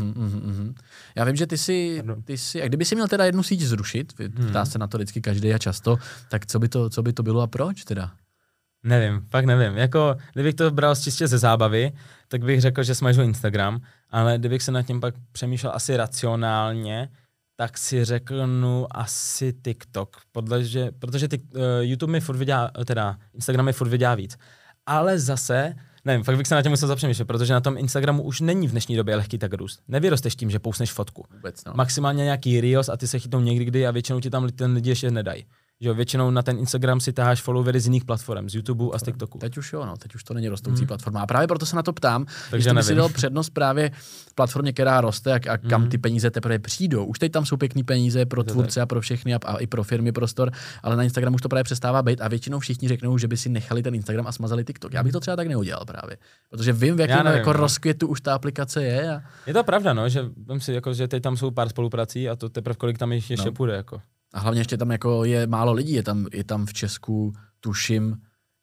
Já vím, že ty si, a kdyby si měl teda jednu síť zrušit, ptá se na to vždycky každý a často, tak co by to bylo a proč teda? Fakt nevím. Jako, kdybych to bral čistě ze zábavy, tak bych řekl, že smažu Instagram, ale kdybych se nad tím pak přemýšlel asi racionálně, tak si řeknu asi TikTok, protože YouTube mi furt vydělá, teda Instagram mi furt vydělá víc. Ale zase, nevím, fakt bych se na tím musel zapřemýšlet, protože na tom Instagramu už není v dnešní době lehký tak růst. Nevyrosteš tím, že pousneš fotku. Vůbec, no. Maximálně nějaký reels a ty se chytnou někdy a většinou ti tam ten lidi ještě nedají. Že většinou na ten Instagram si taháš followery z jiných platform, z YouTube a z TikToku. Teď už jo, teď už to není rostoucí platforma. A právě proto se na to ptám, takže by si dal přednost právě v platformě, která roste a kam ty peníze teprve přijdou. Už teď tam jsou pěkný peníze pro tvůrce a pro všechny a i pro firmy prostor, ale na Instagramu už to právě přestává být a většinou všichni řeknou, že by si nechali ten Instagram a smazali TikTok. Já bych to třeba tak neudělal právě. Protože vím, v jakém jako rozkvětu už ta aplikace je. Je to pravda, no, že vím si, jako, že teď tam jsou pár spoluprací a to teprve kolik tam ještě půjde. Jako. A hlavně ještě tam jako je málo lidí, je tam v Česku, tuším,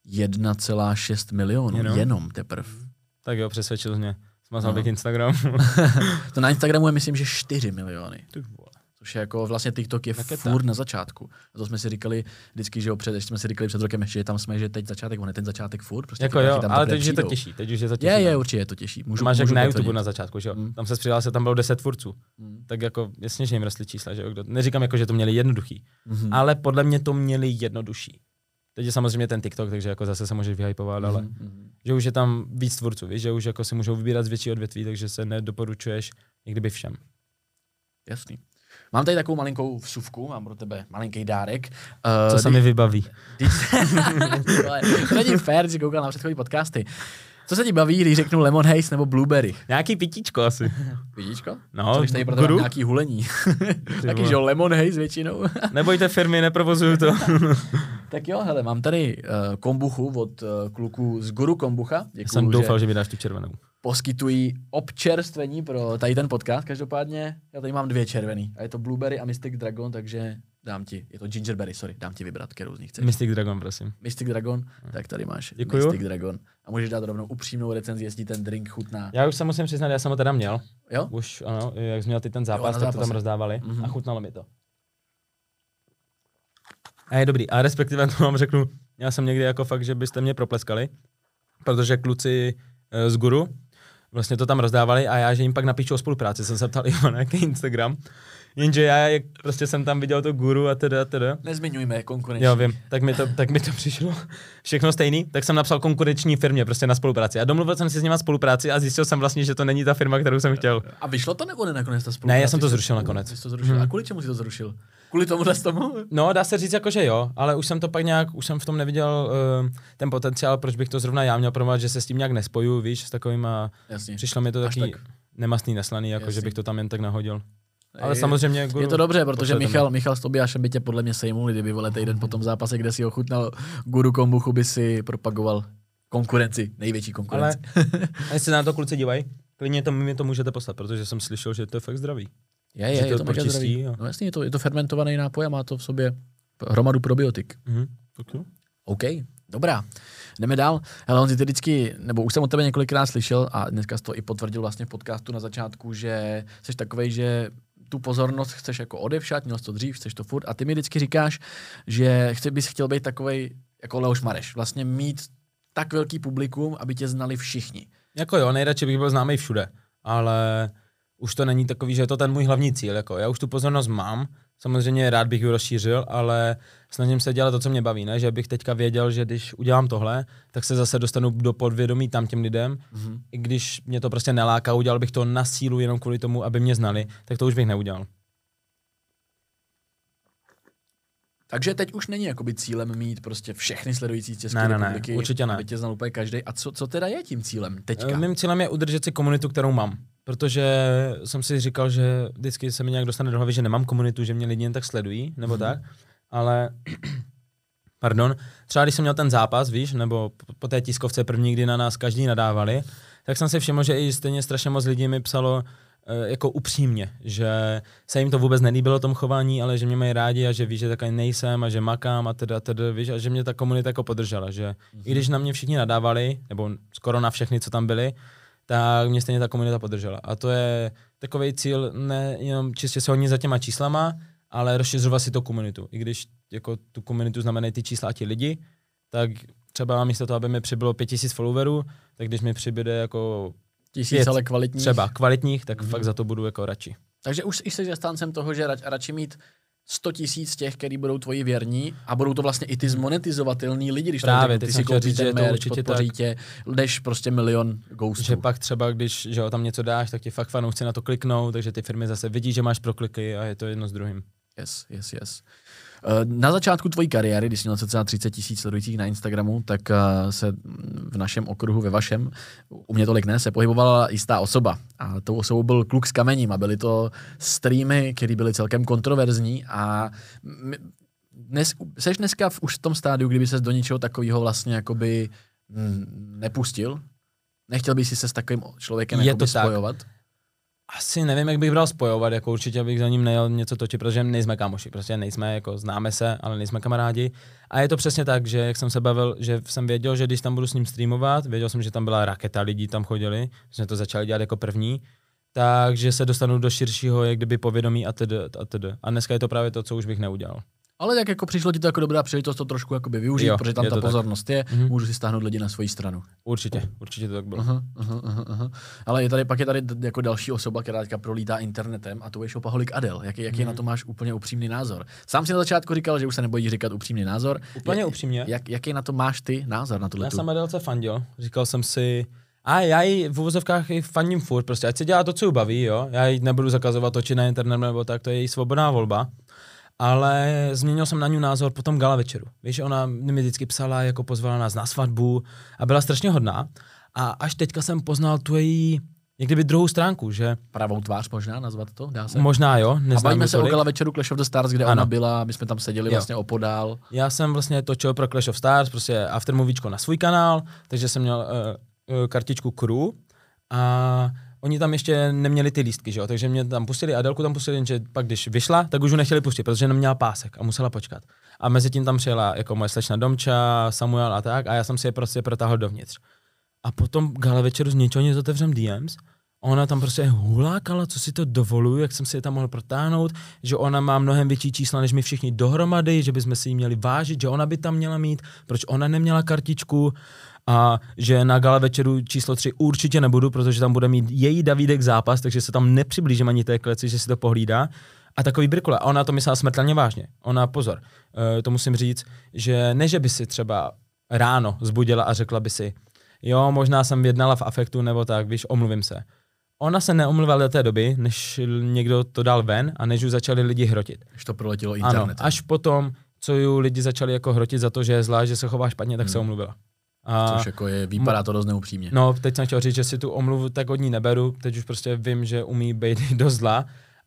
1,6 milionu, jenom teprve. Tak jo, přesvědčil mě. Smazal bych Instagram. To na Instagramu je myslím, že 4 miliony. Což je jako vlastně TikTok je furt na začátku. A to jsme si říkali vždycky, že jsme si říkali před rokem ještě, že tam jsme, že teď začátek, on je ten začátek furt. Prostě jako jo, ale teď už je to těžší. Je, určitě je to těžší. Máš jak na YouTube na začátku, že jo? Tam se přihlásil, tam bylo 10 tvůrců. Tak jako jasně, že jim rostly čísla, že jo? Neříkám jako, že to měli jednoduchý, ale podle mě to měli jednodušší. Teď je samozřejmě ten TikTok, takže jako zase se můžeš vyhypovat, ale že už je tam víc tvůrců, víš, že už jako si můžou vybírat z větší odvětví, takže se nedoporučuješ někdy všem. Jasný. Mám tady takovou malinkou vsuvku, mám pro tebe malinký dárek. Co se mi vybaví? To není fér, když koukal na předchozí podcasty. Co se ti baví, když řeknu lemon haze nebo blueberry? Nějaký pitíčko asi. Pitíčko? No, co když tady prodávám nějaký hulení? Taky, že lemon haze většinou. Nebojte firmy, neprovozuju to. Tak jo, hele, mám tady kombuchu od kluků z Guru Kombucha. Já jsem doufal, že mi dáš tu červenou. Poskytují občerstvení pro tady ten podcast, každopádně. Já tady mám 2 červený. A je to Blueberry a Mystic Dragon, takže je to Gingerberry, sorry, dám ti vybrat, kterou z nich chceš. Mystic Dragon, prosím. Mystic Dragon, tak tady máš. Děkuju. Mystic Dragon. A můžeš dát rovnou upřímnou recenzi, jestli ten drink chutná. Já už se musím přiznat, já jsem ho teda měl. Jo? Už, ano, jak jsi měl ty ten zápas, tak to tam rozdávali a chutnalo mi to. A je dobrý. A respektive to vám řeknu, já jsem někdy jako fakt, že byste mě propleskali, protože kluci z Guru vlastně to tam rozdávali a já, že jim pak napíšu o spolupráci, jsem se ptal Ivana, jaký Instagram, jenže já, jak prostě jsem tam viděl to Guru a teda. Nezmiňujme konkurenční. Jo, vím, tak mi to přišlo všechno stejný, tak jsem napsal konkurenční firmě prostě na spolupráci a domluvil jsem si s nima spolupráci a zjistil jsem vlastně, že to není ta firma, kterou jsem chtěl. A vyšlo to nebo ne nakonec ta spolupráce? Ne, já jsem to zrušil nakonec. Jsi to zrušil. A kvůli čemu jsi to zrušil? Kvůli tomu? No, dá se říct jako, že jo, ale už jsem to pak nějak, už jsem v tom neviděl ten potenciál, proč bych to zrovna já měl promovat, že se s tím nějak nespoju, víš, s takovýma, jasně. Přišlo mi to taky nemastný, neslaný, jako že bych to tam jen tak nahodil. Ale je, samozřejmě je to dobře, protože Michal s Tobiášem by tě podle mě sejmuli, kdyby vole týden po tom zápase, kde si ochutnal Guru Kombuchu, by si propagoval konkurenci, největší konkurenci. Ale jestli na to kluci dívají, klidně mi to můžete poslat, protože jsem slyšel, že to je fakt zdravý. Je to mega zdravý. No jasně, je to fermentovaný nápoj a má to v sobě hromadu probiotik. Okay. OK, dobrá. Jdeme dál. Hele, Honzi, ty vždycky, nebo už jsem od tebe několikrát slyšel a dneska jsi to i potvrdil vlastně v podcastu na začátku, že jsi takovej, že tu pozornost chceš jako odevšat, měl jsi to dřív, chceš to furt a ty mi vždycky říkáš, že bys chtěl být takovej jako Leoš Mareš, vlastně mít tak velký publikum, aby tě znali všichni. Jako jo, nejradši bych byl známý všude, ale už to není takový, že je to ten můj hlavní cíl. Jako já už tu pozornost mám, samozřejmě rád bych ji rozšířil, ale snažím se dělat to, co mě baví, ne? Že bych teďka věděl, že když udělám tohle, tak se zase dostanu do podvědomí tam těm lidem. I když mě to prostě neláká, udělal bych to na sílu jenom kvůli tomu, aby mě znali, tak to už bych neudělal. Takže teď už není jakoby cílem mít prostě všechny sledující z České republiky, určitě ne. Aby tě znal úplně každý. A co teda je tím cílem teďka? Mým cílem je udržet si komunitu, kterou mám. Protože jsem si říkal, že vždycky se mi nějak dostane do hlavy, že nemám komunitu, že mě lidi jen tak sledují, nebo tak. Ale, třeba když jsem měl ten zápas, víš, nebo po té tiskovce první, kdy na nás každý nadávali, tak jsem si všiml, že i stejně strašně moc lidí mi psalo jako upřímně, že se jim to vůbec nelíbilo tom chování, ale že mě mají rádi a že ví, že takový nejsem a že makám a teda, víš, a že mě ta komunita jako podržela, že i když na mě všichni nadávali, nebo skoro na všechny, co tam byli, tak mě stejně ta komunita podržela. A to je takovej cíl, ne jenom čistě se hodně za těma číslama, ale rozšiřovat si to komunitu. I když jako tu komunitu znamenají ty čísla a ti lidi, tak třeba místo toho, aby mi přibylo 5000 followerů, tak když mi přibyde jako 1000, ale kvalitních. Třeba kvalitních, tak fakt za to budu jako radši. Takže už jsi zastáncem toho, že radši mít 100 000 těch, kteří budou tvoji věrní a budou to vlastně i ty zmonetizovatelný lidi, když právě, ty si koupíš ten merch, podpoří tě, jdeš prostě milion ghostů. Že pak třeba, když že tam něco dáš, tak ti fakt fanoušci na to kliknou, takže ty firmy zase vidí, že máš prokliky a je to jedno s druhým. Yes. Na začátku tvojí kariéry, když jsi měl cca 30 000 sledujících na Instagramu, tak se v našem okruhu, ve vašem, u mě tolik ne, se pohybovala jistá osoba. A tou osobou byl Kluk s kamením a byly to streamy, které byly celkem kontroverzní a seš dneska už v tom stádiu, kdyby ses do ničeho takového vlastně jakoby nepustil? Nechtěl bys si se s takovým člověkem jakoby spojovat? Asi nevím, jak bych bral spojovat, jako určitě bych za ním nejel něco točit, protože nejsme kámoši, prostě nejsme, jako známe se, ale nejsme kamarádi. A je to přesně tak, že jak jsem se bavil, že jsem věděl, že když tam budu s ním streamovat, věděl jsem, že tam byla raketa lidí, tam chodili, že jsme to začali dělat jako první, takže se dostanu do širšího, jak kdyby povědomí a td. A dneska je to právě to, co už bych neudělal. Ale tak jako přišlo ti to jako dobrá příležitost to trošku jakoby využít, jo, protože tam ta pozornost tak je, můžu si stáhnout lidi na svoji stranu. Určitě to tak bylo. Ale pak je tady jako další osoba, která teďka prolítá internetem a to je Shopaholic Adel. Jaký na to máš úplně upřímný názor? Sám si na začátku říkal, že už se nebojíš říkat upřímný názor. Úplně upřímně. Jaký na to máš ty názor na tuhle? Já jsem Adelce fandil, říkal jsem si, a já ji v uvozovkách i fandím furt, prostě ať se dělá to, co ji baví, jo. Já ji nebudu zakazovat točit na internet nebo tak, to je její svobodná volba. ale změnil jsem na ní názor po tom gala večeru. Víš, ona mi vždycky psala, jako pozvala nás na svatbu a byla strašně hodná. A až teďka jsem poznal tu její, jak kdyby druhou stránku, že... Pravou tvář možná nazvat to, dá se? Možná jo, neznám. A bavíme se o gala večeru Clash of the Stars, kde ona byla, my jsme tam seděli vlastně opodál. Já jsem vlastně točil pro Clash of Stars, prostě aftermovíčko na svůj kanál, takže jsem měl kartičku crew a oni tam ještě neměli ty lístky, že jo, takže mě tam pustili, Adelku tam pustili, že pak když vyšla, tak už ji nechtěli pustit, protože neměla pásek a musela počkat. A mezi tím tam přijela jako moje slečna Domča, Samuel a tak a já jsem si je prostě protáhl dovnitř. A potom gala večeru z ničeho nic otevřem DMs, ona tam prostě hulákala, co si to dovoluju, jak jsem si je tam mohl protáhnout, že ona má mnohem větší čísla než my všichni dohromady, že bychom si ji měli vážit, že ona by tam měla mít, proč ona neměla kartičku a že na gala večeru číslo 3 určitě nebudu, protože tam bude mít její Davídek zápas, takže se tam nepřiblížím ani té kleci, že si to pohlídá. A takový brkule. A ona to myslela smrtelně vážně. Ona, pozor, to musím říct, že ne, že by si třeba ráno zbudila a řekla by si, jo, možná jsem jednala v afektu nebo tak, víš, omluvím se. Ona se neomluvala do té doby, než někdo to dal ven a než už začali lidi hrotit. Až to proletělo internetem. Ano, až potom, co ju lidi začali jako hrotit za to, že je zlá, že se chová špatně, tak se omluvila. Což jako vypadá to dost neupřímně. No, teď jsem chtěl říct, že si tu omluvu tak od ní neberu, teď už prostě vím, že umí být dost zlá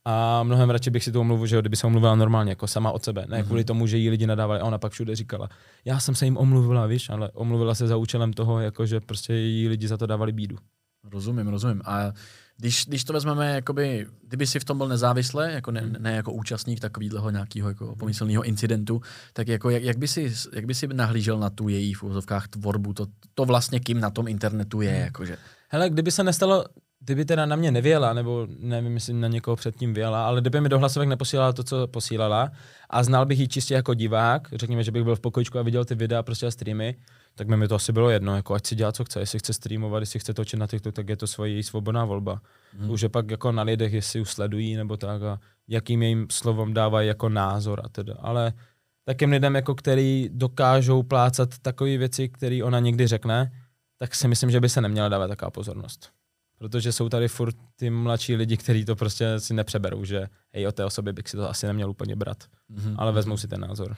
a mnohem radši bych si tu omluvu, že kdyby se omluvila normálně, jako sama od sebe, ne kvůli tomu, že jí lidi nadávali a ona pak všude říkala, já jsem se jim omluvila, víš, ale omluvila se za účelem toho, jako že prostě jí lidi za to dávali bídu. Rozumím. A když to vezmeme, jakoby, kdyby si v tom byl nezávisle, jako ne jako účastník takového nějakého jako pomyslného incidentu, tak jako jak by si nahlížel na tu její v úvozovkách tvorbu, to vlastně kým na tom internetu je, jakože. Hele, kdyby se nestalo, kdyby teda na mě nevěla, nebo nevím, jestli na někoho předtím věla, ale kdyby mi do hlasovek neposílala to, co posílala a znal bych ji čistě jako divák, řekněme, že bych byl v pokojičku a viděl ty videa prostě a streamy, tak by mi to asi bylo jedno, jako ať si dělá, co chce, jestli chce streamovat, jestli chce točit na TikTok, tak je to její svobodná volba. Už je pak jako na lidech, jestli ji sledují nebo tak a jakým jejím slovem dávají jako názor a teda. Ale takým lidem, jako který dokážou plácat takové věci, které ona někdy řekne, tak si myslím, že by se neměla dávat taková pozornost. Protože jsou tady furt ty mladší lidi, kteří to prostě si nepřeberou, že hej, o té osobě bych si to asi neměl úplně brát, ale vezmou si ten názor.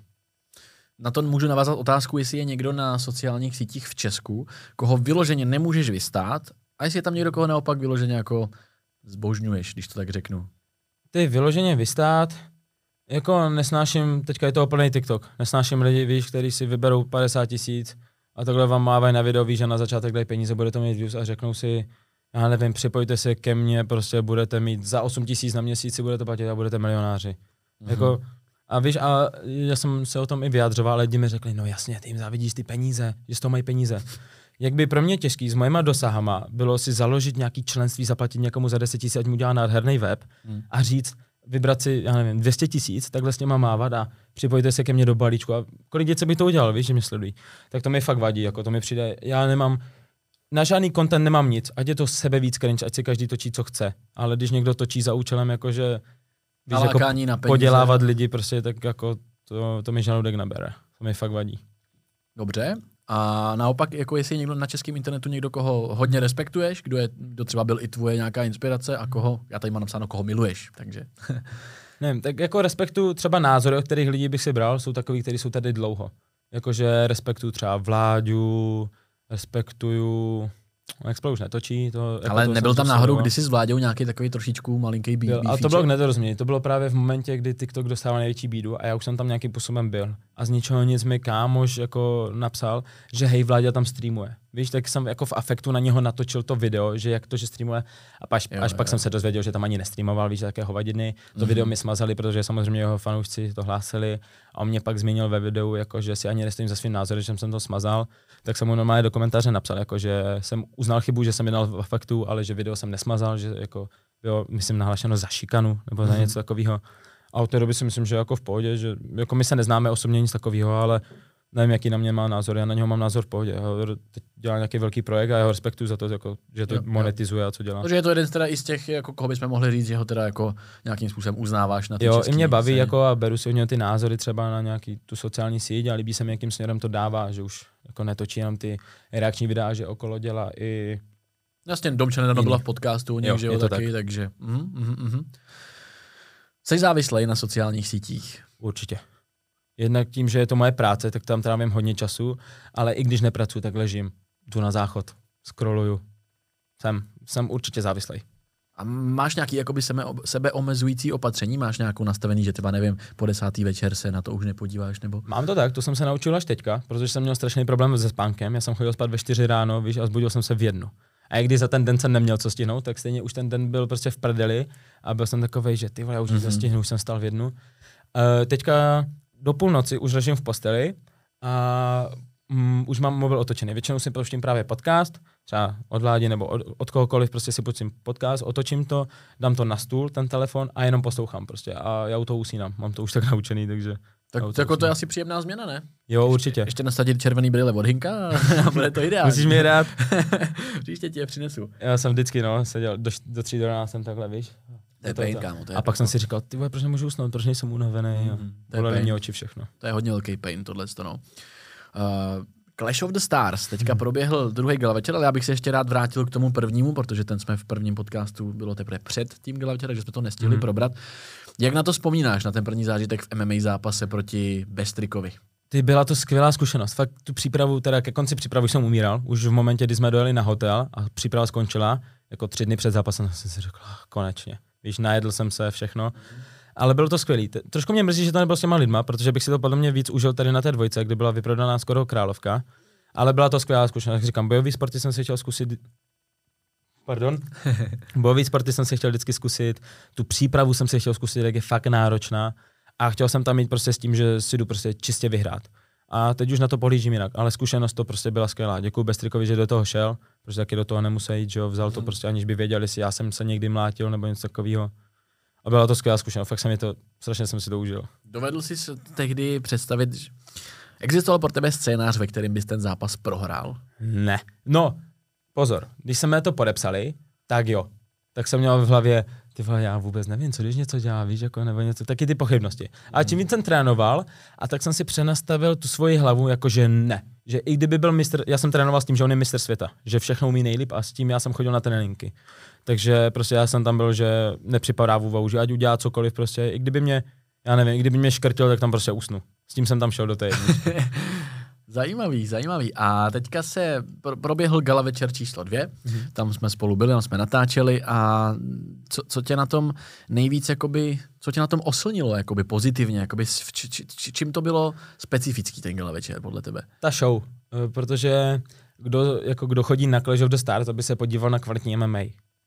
Na to můžu navázat otázku, jestli je někdo na sociálních sítích v Česku, koho vyloženě nemůžeš vystát, a jestli je tam někdo, koho naopak vyloženě jako zbožňuješ, když to tak řeknu. Ty vyloženě vystát, jako nesnáším, teďka je to plný TikTok, nesnáším lidi, víš, kteří si vyberou 50 000 a takhle vám mávají na video, víš, že na začátek dají peníze, budete mít views a řeknou si, já nevím, připojte se ke mně, prostě budete mít za 8 000 na měsíc, budete platit a budete milionáři. Jako, a víš, a já jsem se o tom i vyjadřoval, ale lidi mi řekli, no jasně, ty jim závidíš ty peníze, že z toho mají peníze. Jak by pro mě těžký s mojima dosahama bylo si založit nějaký členství, zaplatit někomu za 10 000, ať mu dělá nádherný web a říct, vybrat si, já nevím, 200 000, takhle s něma mávat a připojte se ke mně do balíčku. A kolik děcek by to udělal, víš, že mě sledují. Tak to mi fakt vadí, jako to mi přijde, já nemám, na žádný content nemám nic, ať je to sebe víc cringe, ať si každý točí, co chce. Ale když někdo točí za účelem, jakože víš, jako podělávat lidi, prostě tak jako to mi žaludek nabere. To mi fakt vadí. Dobře. A naopak, jako jestli je někdo na českém internetu někdo, koho hodně respektuješ, kdo třeba byl i tvoje nějaká inspirace a koho, já tady mám napsáno, koho miluješ, takže. Nevím, tak jako respektuju třeba názory, o kterých lidí bych si bral, jsou takový, kteří jsou tady dlouho. Jakože respektuju třeba Vláďu, respektuju, jak spolu už netočí. Ale nebyl tam náhodou kdysi s Vláďou nějaký takový trošičku malinký beefíček? A to bylo k nedorozumění. To bylo právě v momentě, kdy TikTok dostával největší bídu a já už jsem tam nějakým způsobem byl. A z ničeho nic mi kámoš jako napsal, že hej, Vláďa tam streamuje. Víš, tak jsem jako v afektu na něho natočil to video, že jak to, že streamuje. A až pak jsem se dozvěděl, že tam ani nestreamoval, víš, také hovadiny. To video mi smazali, protože samozřejmě jeho fanoušci to hlásili. A on mě pak zmínil ve videu, jako, že si ani nestojím za svým názorem, že jsem to smazal. Tak jsem mu normálně do komentáře napsal, jako, že jsem uznal chybu, že jsem jednal v afektu, ale že video jsem nesmazal, že jako bylo, myslím, nahlašeno za šikanu nebo za něco takového. A od té doby si myslím, že jako v pohodě, že jako my se neznáme osobně nic takového, ale nevím, jaký na mě má názor, já na něho mám názor v pohodě. Teď dělá nějaký velký projekt a já ho respektuju za to, jako, že to monetizuje a co dělá. Takže je to jeden teda i z těch, jako, koho bychom mohli říct, že ho teda jako nějakým způsobem uznáváš na ty Jo, i mě baví jako, a beru si od něho ty názory třeba na nějaký tu sociální síť a líbí se mi, jakým směrem to dává, že už jako netočí jenom ty reakční videa, že okolo dělá i... Jasně, Domča nedávno byla v podcastu, že jo, taky, takže... Jsi závislý na sociálních sítích? Určitě. Jednak tím, že je to moje práce, tak tam trávím hodně času, ale i když nepracuji, tak ležím, jdu na záchod, scrolluju. Jsem určitě závislý. A máš nějaký jakoby sebeomezující opatření? Máš nějakou nastavený, že třeba nevím, po 10. večer se na to už nepodíváš? Nebo? Mám to tak, to jsem se naučil až teďka, protože jsem měl strašný problém se spánkem. Já jsem chodil spát ve 4 ráno, víš, a zbudil jsem se v 1. A i když za ten den jsem neměl co stihnout, tak stejně už ten den byl prostě v prdeli a byl jsem takovej, že ty vole, já už nic nestihnu, už jsem stal v 1. Teďka do půlnoci už ležím v posteli a už mám mobil otočený. Většinou si pouštím právě podcast, třeba od Ládi nebo od kohokoliv, prostě si pustím podcast, otočím to, dám to na stůl, ten telefon a jenom poslouchám prostě a já u toho usínám. Mám to už tak naučený, takže... Tak jako to je asi příjemná změna, ne? Jo, určitě. Ještě nasadit červený brýle od Hinka a bude to ideální. Musíš mě rád. Příště ti je přinesu. Já jsem vždycky, seděl do 3 do rána jsem takhle, víš. To je pain, kámo. A pak jsem si říkal, ty vole, proč nemůžu usnout, proč nejsem unavený. Bolely mě oči, všechno. To je hodně velký pain, tohle no. Clash of the Stars, teďka proběhl druhý gala večer, ale já bych se ještě rád vrátil k tomu prvnímu, protože ten jsme v prvním podcastu, bylo teprve před tím gala večer, že jsme to nestihli probrat. Jak na to vzpomínáš, na ten první zážitek v MMA zápase proti Bestrikovi? Byla to skvělá zkušenost. Fakt tu přípravu, teda ke konci přípravy jsem umíral. Už v momentě, kdy jsme dojeli na hotel a příprava skončila, jako 3 dny před zápasem jsem si řekl, konečně. Víš, najedl jsem se, všechno. Ale bylo to skvělý. Trošku mě mrzí, že to nebylo s těma lidma, protože bych si to podle mě víc užil tady na té dvojce, kde byla vyprodaná skoro královka. Ale byla to skvělá zkušenost. Jak říkám, bojový sporty jsem si chtěl zkusit. Bojový sporty jsem si chtěl vždycky zkusit. Tu přípravu jsem si chtěl zkusit, jak je fakt náročná. A chtěl jsem tam mít prostě s tím, že si jdu prostě čistě vyhrát. A teď už na to pohlížím jinak, ale zkušenost to prostě byla skvělá. Děkuji Bestrikovi, že do toho šel, protože taky do toho nemusel jít, že jo, vzal to prostě, aniž by věděl, jestli já jsem se někdy mlátil nebo něco takového. A byla to skvělá zkušenost, fakt strašně jsem si to užil. Dovedl jsi tehdy představit, že existoval pro tebe scénář, ve kterém bys ten zápas prohrál? Ne. No, pozor, když jsme to podepsali, tak jo. Tak jsem měl v hlavě, ty vole, já vůbec nevím, co když něco dělá, víš, jako nebo něco, taky ty pochybnosti. A čím víc jsem trénoval, a tak jsem si přenastavil tu svoji hlavu, jakože ne. Že i kdyby byl mistr, já jsem trénoval s tím, že on je mistr světa, že všechno umí nejlíp a s tím já jsem chodil na tréninky. Takže prostě já jsem tam byl, že nepřipadá v úvahu, že ať udělá cokoliv prostě, i kdyby mě, já nevím, i kdyby mě škrtil, tak tam prostě usnu. S tím jsem tam šel do té jedničky. Zajímavý. A teďka se proběhl gala večer číslo 2, tam jsme spolu byli, tam jsme natáčeli a co tě na tom nejvíc, jakoby, co tě na tom oslnilo jakoby pozitivně, jakoby, čím to bylo specifický ten gala večer podle tebe? Ta show, protože kdo chodí na Clash of the Stars, aby se podíval na kvalitní MMA.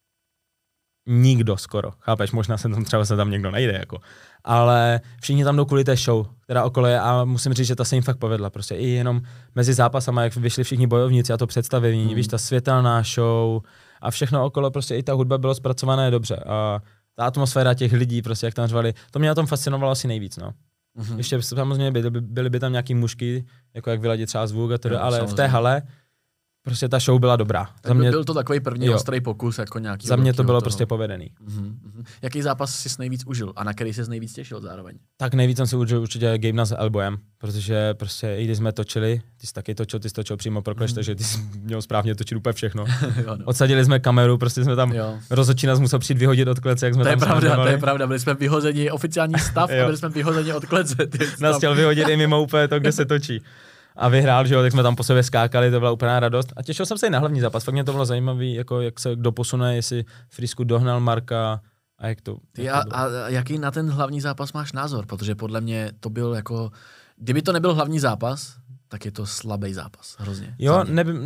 Nikdo skoro, chápeš, možná se tam někdo najde, jako. Ale všichni tam jdou kvůli té show, která okolo je a musím říct, že ta se jim fakt povedla, prostě i jenom mezi zápasama, jak vyšli všichni bojovníci a to představení, víš, ta světelná show a všechno okolo, prostě i ta hudba bylo zpracované dobře a ta atmosféra těch lidí, prostě jak tam řvali, to mě na tom fascinovalo asi nejvíc, no. Ještě samozřejmě byly by tam nějaký mužky, jako jak vyladit třeba zvuk a to, ale samozřejmě. V té hale prostě ta show byla dobrá. Tak byl to takový první ostrý pokus, jako nějaký. Za mě to bylo prostě povedený. Jaký zápas jsi nejvíc užil a na který jsi nejvíc těšil zároveň? Tak nejvíc jsem si užil určitě Gabena s Elbojem, protože prostě i když jsme točili, ty jsi taky točil, ty jsi točil přímo pro Clash, takže ty jsi měl správně točit úplně všechno. Odsadili jsme kameru, prostě jsme tam, rozhodčí nás musel přijít vyhodit od klece, jak jsme tam to je pravda, byli jsme vyhozeni, oficiální stav a byli jsme vyhozeni od klece. Nás chtěl vyhodit i mimo úplně to, kde se točí. A vyhrál, že jo, tak jsme tam po sobě skákali, to byla úplná radost. A těšil jsem se i na hlavní zápas, fakt mě to bylo zajímavý, jako jak se kdo posune, jestli Frisku dohnal Marka a jak to. A jaký na ten hlavní zápas máš názor? Protože podle mě to byl jako, kdyby to nebyl hlavní zápas, tak je to slabý zápas, hrozně. Jo,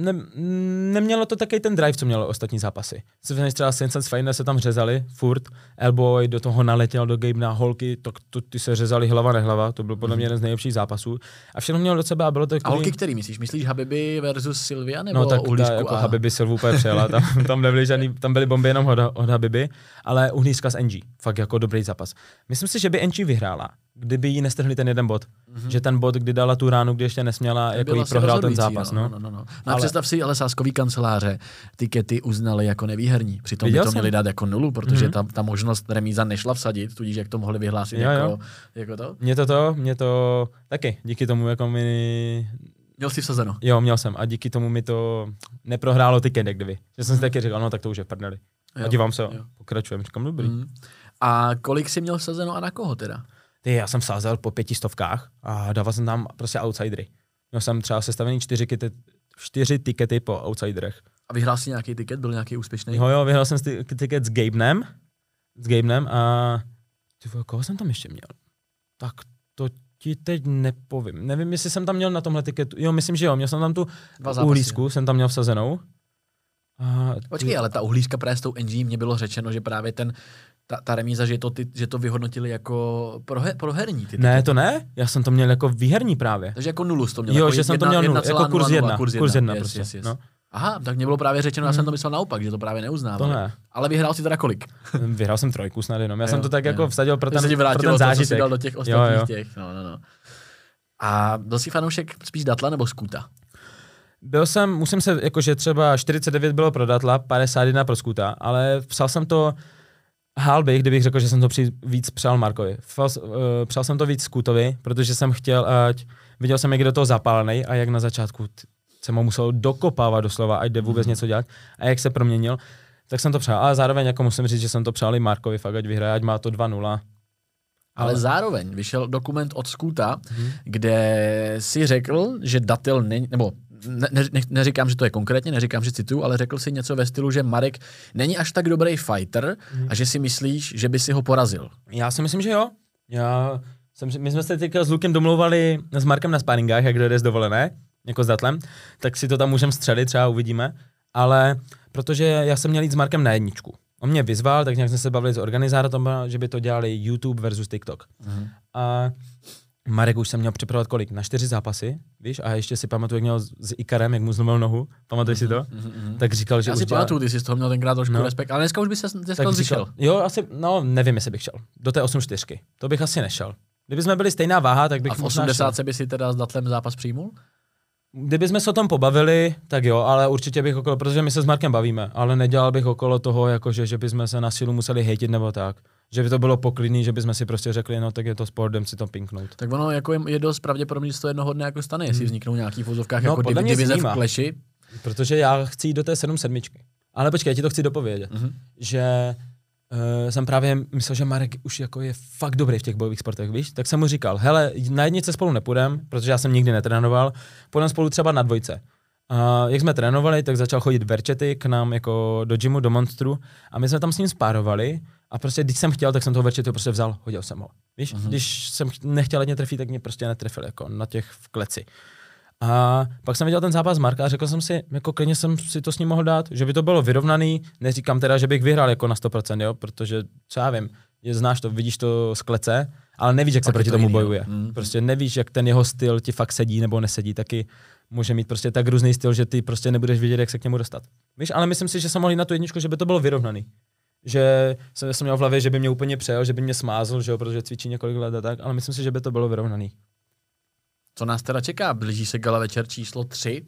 nemělo to takový ten drive, co mělo ostatní zápasy. Třeba Sense Fighter se tam řezali, furt, Elboy do toho naletěl do Gabena, holky, ty se řezali hlava nehlava, to byl podle mě jeden z nejlepších zápasů. A všechno mělo do sebe a bylo to A holky který myslíš? Myslíš Habibi versus Silvia nebo no, tak Uhlíšku? Jako Habibi Silvu úplně přejela, tam byly bomby jenom od Habibi, ale Uhlíska s NG, fakt jako dobrý zápas. Myslím si, že by NG vyhrála, kdyby jí nestrhli ten jeden bod. Že ten bod, kdy dala tu ránu, kdy ještě nesměla, jako jí prohrál ten zápas. No. A představ si, ale sáskový kanceláře ty kety uznali jako nevýherní. Přitom by to měli dát jako nulu, protože ta možnost remíza nešla vsadit, tudíž jak to mohli vyhlásit jako to. Mě to taky, díky tomu jako mi... Měl jsi vsazeno? Jo, měl jsem a díky tomu mi to neprohrálo tiket, jak kdyby. Že jsem si taky říkal, no tak to už je v prdeli. A dívám se, pokračujeme, říkám dobrý. A kolik jsi měl vsazeno a na koho teda? Já jsem sázel po 500 a dával jsem tam prostě outsidery. Měl jsem třeba sestavený 4 tikety po outsiderech. A vyhrál jsi nějaký tiket? Byl nějaký úspěšný? Jo, vyhrál jsem tiket s Gabenem a koho jsem tam ještě měl? Tak to ti teď nepovím. Nevím, jestli jsem tam měl na tomhle tiketu. Jo, myslím, že jo. Měl jsem tam tu uhlízku, jsem tam měl vsazenou. Počkej, ale ta uhlízka právě s tou NG, mně bylo řečeno, že právě ta remíza, že to vyhodnotili jako proherní. Ne, to ne. Já jsem to měl jako výherní právě. Takže jako nulu to měl. Jo, jako že jsem to měl nulu, jako kurz 1. Kurz 1 yes, prostě. Yes. No. Aha, tak mě bylo právě řečeno, já jsem to myslel naopak, že to právě neuznával. To ne. Ale vyhrál si teda kolik? Vyhrál jsem 3 snad jenom. Já jsem to tak jako vsadil pro ten zážitek. To, co jsi dal do těch ostatních těch. No. A byl jsi fanoušek spíš Datla nebo Skuta? Byl jsem, musím se, jakože třeba 49 bylo pro Datla, 51 pro Skuta, ale psal jsem to hál bych, kdybych řekl, že jsem to víc přál Markovi. Přál jsem to víc Skutovi, protože jsem chtěl, viděl jsem, jak je do toho zapálený a jak na začátku jsem ho musel dokopávat doslova, ať jde vůbec něco dělat a jak se proměnil, tak jsem to přál. Ale zároveň jako musím říct, že jsem to přál i Markovi, fakt ať vyhraje, ať má to 2-0. Ale zároveň vyšel dokument od Skuta, kde si řekl, že Datel není, nebo neříkám, že to je konkrétně, neříkám, že cituju, ale řekl si něco ve stylu, že Marek není až tak dobrý fighter a že si myslíš, že by si ho porazil. Já si myslím, že jo. My jsme se teďka s Lukem domlouvali s Markem na sparingách, jak jde z dovolené, jako s Datlem, tak si to tam můžeme střelit, třeba uvidíme, ale protože já jsem měl jít s Markem na jedničku. On mě vyzval, tak nějak jsme se bavili s organizátorem, že by to dělali YouTube versus TikTok. A Marek už jsem měl připravovat kolik? Na 4 zápasy, víš? A ještě si pamatuju, jak měl s Ikarem, jak mu zlomil nohu. Pamatuješ si to? Tak říkal, že já už si pamatuju, ty jsi z toho měl tenkrát trošku respekt, ale dneska už by se vyšel. Jo, asi, nevím, jestli bych šel. Do té 8-4. To bych asi nešel. Kdyby jsme byli stejná váha, tak bych možná šel. A v 80 by si teda s Datlem zápas přijmul? Kdyby jsme se o tom pobavili, tak jo, ale určitě bych okolo, protože my se s Markem bavíme, ale nedělal bych okolo toho, jakože, že bychom se na sílu museli hejtit nebo tak. Že by to bylo poklidný, že bychom si prostě řekli, no tak je to sport, jdem si to pinknout. Tak ono jako je dost pravděpodobně, že to jednoho dne jako stane, jestli vzniknou nějaký v vozovkách jako divize v kleši. Protože já chci jít do té 7-7. Ale počkej, já ti to chci dopovědět, že jsem právě myslel, že Marek už jako je fakt dobrý v těch bojových sportech, víš? Tak jsem mu říkal, hele, na jednice spolu nepůjdem, protože já jsem nikdy netrénoval, půjdem spolu třeba na dvojce. A jak jsme trénovali, tak začal chodit Verčety k nám jako do gymu, do Monstru a my jsme tam s ním spárovali a prostě když jsem chtěl, tak jsem toho Verčetyho prostě vzal, hodil jsem ho. Víš? Když jsem nechtěl, ať mě trefí, tak mě prostě netrefil jako na těch v kleci. A pak jsem viděl ten zápas Marka a řekl jsem si, jako klidně jsem si to s ním mohl dát, že by to bylo vyrovnaný, neříkám teda, že bych vyhrál jako na 100%, jo, protože co já vím, znáš to, vidíš to z klece, ale nevíš, jak se proti tomu bojuje. Prostě nevíš, jak ten jeho styl ti fakt sedí nebo nesedí, taky může mít prostě tak různý styl, že ty prostě nebudeš vědět, jak se k němu dostat. Víš, ale myslím si, že jsem mohl jít na tu jedničku, že by to bylo vyrovnaný. Že jsem měl v hlavě, že by mě úplně přejel, že by mě smázl, že jo, protože cvičí několik let a tak, ale myslím si, že by to bylo vyrovnaný. Co nás teda čeká? Blíží se gala večer číslo 3.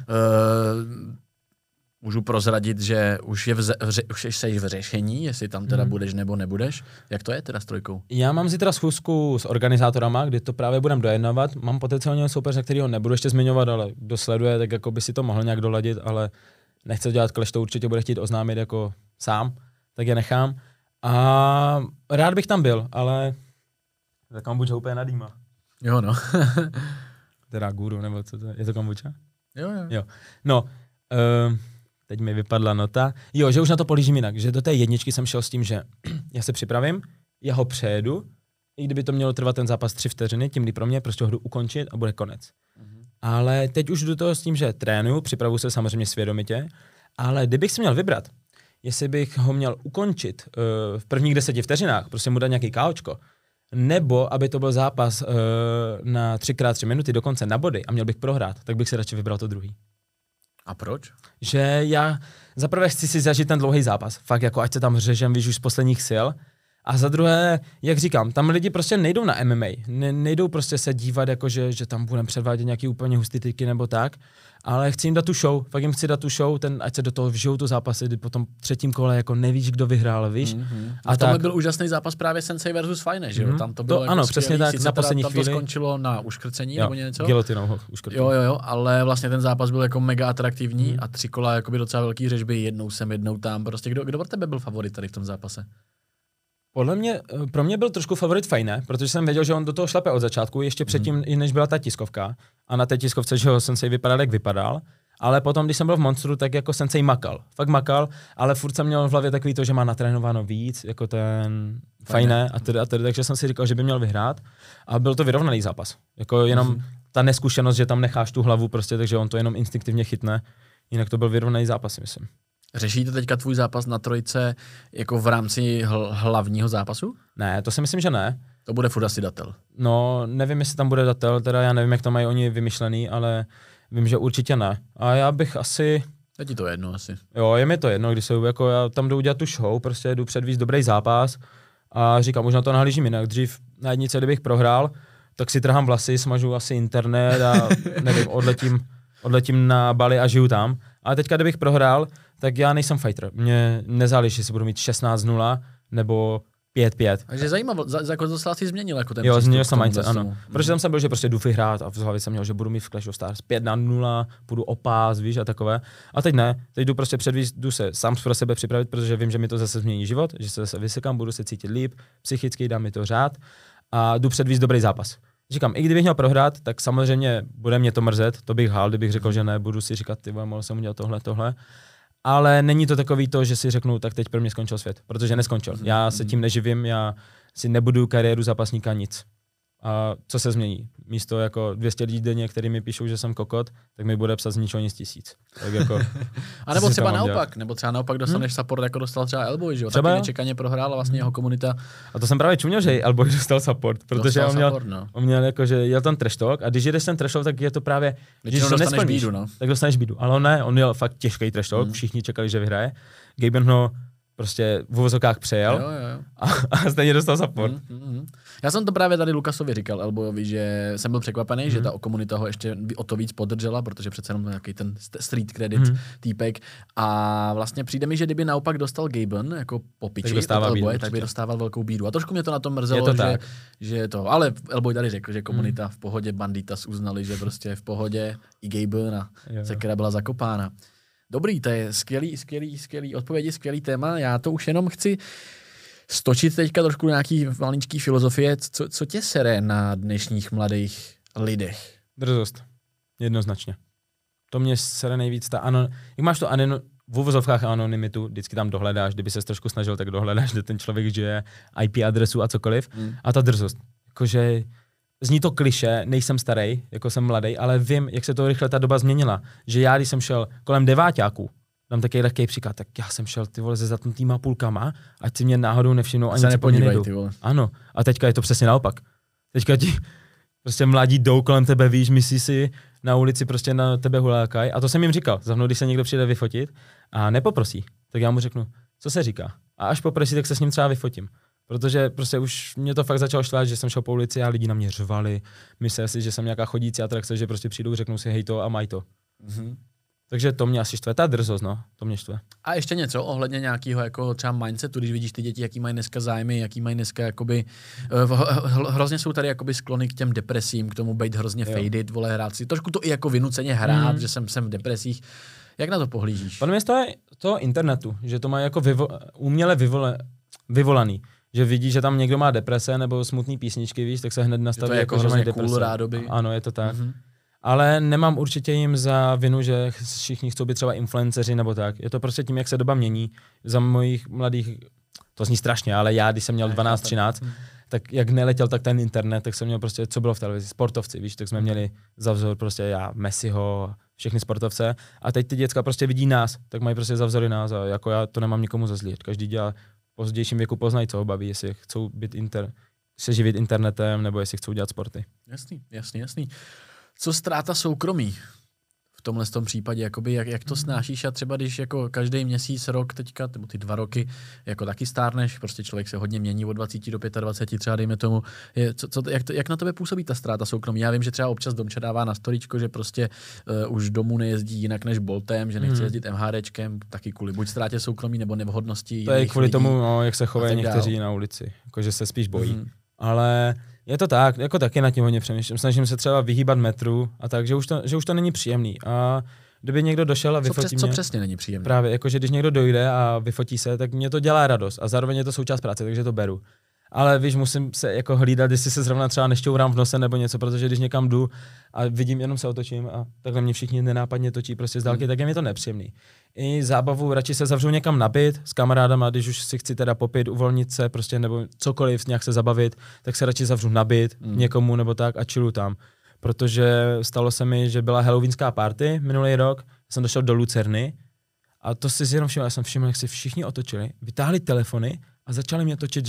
Můžu prozradit, že už jsi v řešení, jestli tam teda budeš nebo nebudeš. Jak to je teda s trojkou? Já mám zítra schůzku s organizátorama, kdy to právě budeme dojednávat. Mám potenciálně soupeře, kterýho nebudu ještě zmiňovat, ale kdo sleduje, tak jako by si to mohl nějak doladit, ale nechce dělat clash, to určitě bude chtít oznámit jako sám, tak je nechám. A rád bych tam byl, ale tak kombuča úplně nadýma. Jo, no. Teda guru, nebo co to je? Je to kombuča? Jo. No, teď mi vypadla nota. Jo, že už na to polížím jinak, že do té jedničky jsem šel s tím, že já se připravím, já ho přejedu, i kdyby to mělo trvat ten zápas 3 vteřiny, tím líp pro mě, prostě ho jdu ukončit a bude konec. Ale teď už jdu toho s tím, že trénuju, připravuju se samozřejmě svědomitě, ale kdybych si měl vybrat, jestli bych ho měl ukončit v prvních 10 vteřinách, prostě mu dát nějaký káočko, nebo aby to byl zápas na 3x3 minuty dokonce na body a měl bych prohrát, tak bych si radši vybral to druhý. A proč? Že já zaprvé chci si zažít ten dlouhý zápas, fakt jako ať se tam řežem, víš, už z posledních sil. A za druhé, jak říkám, tam lidi prostě nejdou na MMA, nejdou prostě se dívat, jako že tam budeme předvádět nějaký úplně hustý triky nebo tak, ale chci jim dát tu show, fakt jim chci dát tu show, ať se do toho vžijou tu zápasy, kdy po tom 3. kole jako nevíš, kdo vyhrál, víš. A tohle byl úžasný zápas právě Sensei versus Fine, že jo? Tam to bylo to, jako ano, přesně tak, na poslední chvíli. Tam to skončilo na uškrcení nebo něco? Gilotinou ho uškrtili. Jo, ale vlastně ten zápas byl jako mega atraktivní a 3 kola jakoby docela velký řežby, jednou sem, jednou tam, prostě kdo pro tebe byl favorit tady v tom zápase? Pro mě byl trošku favorit Fejne, protože jsem věděl, že on do toho šlape od začátku, ještě předtím, než byla ta tiskovka. A na té tiskovce, že ho Sensei vypadal, jak vypadal. Ale potom, když jsem byl v Monstru, tak jako Sensei makal. Fakt makal, ale furt jsem měl v hlavě takový to, že má natrénováno víc, jako ten Fejne a tedy, takže jsem si říkal, že by měl vyhrát. A byl to vyrovnaný zápas. Jako jenom ta neskušenost, že tam necháš tu hlavu prostě, takže on to jenom instinktivně chytne. Jinak to byl vyrovnaný zápas, myslím. Řešíte teďka tvůj zápas na trojce jako v rámci hlavního zápasu? Ne, to si myslím, že ne. To bude furt asi datel. No, nevím, jestli tam bude datel, teda já nevím, jak to mají oni vymyšlený, ale vím, že určitě ne. A já bych asi... Je ti to jedno asi. Jo, je mi to jedno, když se jako já tam jdu udělat tu show, prostě jdu předvíst dobrý zápas a říkám, možná to nahlížím jinak. Dřív na jednice, kdybych prohrál, tak si trhám vlasy, smažu asi internet a nevím, odletím na Bali a žiju tam. Ale teďka, kdybych prohrál, tak já nejsem fighter. Mně nezáleží, jestli budu mít 16-0 nebo 5-5. Takže zajímavé, jako to si změnil jako ten jo, změnil jsem mindset, ano. Protože tam jsem byl, že prostě jdu vyhrát a v hlavě jsem měl, že budu mít v Clash of Stars 5-0, půjdu o pás, víš, a takové. A teď ne, teď jdu prostě předvíst, jdu se sám pro sebe připravit, protože vím, že mi to zase změní život, že se zase vysekám, budu se cítit líp, psychicky dá mi to řád a jdu předvíst dobrý zápas. Říkám, i kdybych měl prohrát, tak samozřejmě bude mě to mrzet, to bych hál, kdybych řekl, že ne, budu si říkat, ty mohl jsem udělat tohle. Ale není to takový to, že si řeknu, tak teď pro mě skončil svět, protože neskončil. Já se tím neživím, já si nebudu kariéru zápasníka nic. A co se změní? Místo jako 200 lidí denně, který mi píšou, že jsem kokot, tak mi bude psat z ničeho nic 1000. Tak jako, a nebo třeba naopak, dostaneš support, jako dostal třeba Elboy, že jo? Taky nečekaně prohrál a vlastně jeho komunita. A to jsem právě čuměl, že Elboy dostal support, protože on měl jako, že jel tam trash talk a když jdeš ten trash talk, tak je to právě, když to nesplníš, tak dostaneš bídu. Ale on ne, on měl fakt těžký trash talk, všichni čekali, že vyhraje. Gaben ho prostě v uvozovkách přejel a stejně dostal support. Já jsem to právě tady Lukasovi říkal, Elboyovi, že jsem byl překvapený, že ta komunita ho ještě o to víc podržela, protože přece jenom nějaký ten street credit týpek. A vlastně přijde mi, že kdyby naopak dostal Gaben jako po piči od Elboye, tak by dostával velkou bídu. A trošku mě to na tom mrzelo, že to, ale Elboy tady řekl, že komunita v pohodě, Banditas uznali, že prostě v pohodě i Gaben a Sekera byla zakopána. Dobrý, to je skvělý odpovědi, skvělý téma. Já to už jenom chci stočit teďka trošku nějaký maličký filozofie. Co tě sere na dnešních mladých lidech? Drzost. Jednoznačně. To mě sere nejvíc. Jak máš to v uvozovkách anonymitu, vždycky tam dohledáš, kdyby ses trošku snažil, tak dohledáš, kde ten člověk žije, IP adresu a cokoliv. A ta drzost. Jakože zní to klišé, nejsem starý, jako jsem mladý, ale vím, jak se to rychle ta doba změnila. Že já, když jsem šel kolem 9áků, dám takový lehký příklad, tak já jsem šel ty vole se zatnutýma půlkama, ať si mě náhodou nevšimnou ani co nejdu. Ano, a teďka je to přesně naopak. Teďka ti prostě mladí jdou kolem tebe, víš, myslí si na ulici prostě na tebe hulákaj. A to jsem jim říkal, za mnou, když se někdo přijde vyfotit a nepoprosí, tak já mu řeknu, co se říká. A až poprosí, tak se s ním třeba vyfotím. Protože prostě už mě to fakt začalo štvát, že jsem šel po ulici a lidi na mě řvali. Mysleli si, že jsem nějaká chodící atrakce, že prostě přijdou, řeknou si hej to a maj to. Takže to mě asi štve, ta drzost, no, to mě štve. A ještě něco ohledně nějakého jako třeba mindsetu, když vidíš ty děti, jaký mají dneska zájmy, jaký mají dneska jakoby, hrozně jsou tady jakoby sklony k těm depresím, k tomu být hrozně faded, vole, hrát si, trošku to i jako vynuceně hrát, že jsem v depresích. Jak na to pohlížíš? Podle mě to je toho internetu, že to má jako uměle vyvolaný. Že vidí, že tam někdo má deprese nebo smutný písničky, víš, tak se hned nastaví, jako že mají deprese. Cool rádoby. Ano, je to tak. Ale nemám určitě jim za vinu, že všichni chcou být třeba influenceři nebo tak. Je to prostě tím, jak se doba mění. Za mojich mladých, to zní strašně, ale já, když jsem měl 12-13, tak jak neletěl tak ten internet, tak jsem měl prostě, co bylo v televizi, sportovci, víš, tak jsme měli za vzor prostě já, Messiho, všechny sportovce. A teď ty děcka prostě vidí nás, tak mají prostě za vzory nás a jako já to nemám nikomu za zlý. Každý dělá v pozdějším věku poznají, co ho baví, jestli chcou být se živit internetem nebo jestli chcou dělat sporty. Jasný. Co ztráta soukromí v tomhle případě, jakoby, jak to snášíš a třeba když jako každý měsíc, rok teďka, nebo ty 2 roky, jako taky stárneš, prostě člověk se hodně mění od 20 do 25, třeba dejme tomu, jak na tebe působí ta ztráta soukromí? Já vím, že třeba občas Domča dává na storíčko, že prostě už domů nejezdí jinak než Boltem, že nechce jezdit MHDčkem, taky kvůli buď ztrátě soukromí nebo nevhodnosti. To je kvůli lidí, tomu, no, jak se chovají někteří na ulici, jakože se spíš bojí. Ale je to tak, jako taky nad tím hodně přemýšlím. Snažím se třeba vyhýbat metru a tak, že už to není příjemný. A kdyby někdo došel a vyfotí mě. Co přesně není příjemné? Právě, jakože když někdo dojde a vyfotí se, tak mě to dělá radost a zároveň je to součást práce, takže to beru. Ale víš, musím se jako hlídat, jestli se zrovna třeba nešťourám v nose nebo něco, protože když někam jdu a vidím, jenom se otočím a takhle mě všichni nenápadně točí prostě z dálky, tak je mi to nepříjemný. I zábavu radši se zavřu někam na byt s kamarádama, když už si chci teda popít, uvolnit se prostě nebo cokoliv, nějak se zabavit, tak se radši zavřu na byt někomu nebo tak a chillu tam. Protože stalo se mi, že byla halloweenská party minulý rok, jsem došel do Lucerny a to si jenom všiml, já jsem všiml, jak si všichni otočili, vytáhli telefony a začali mě točit,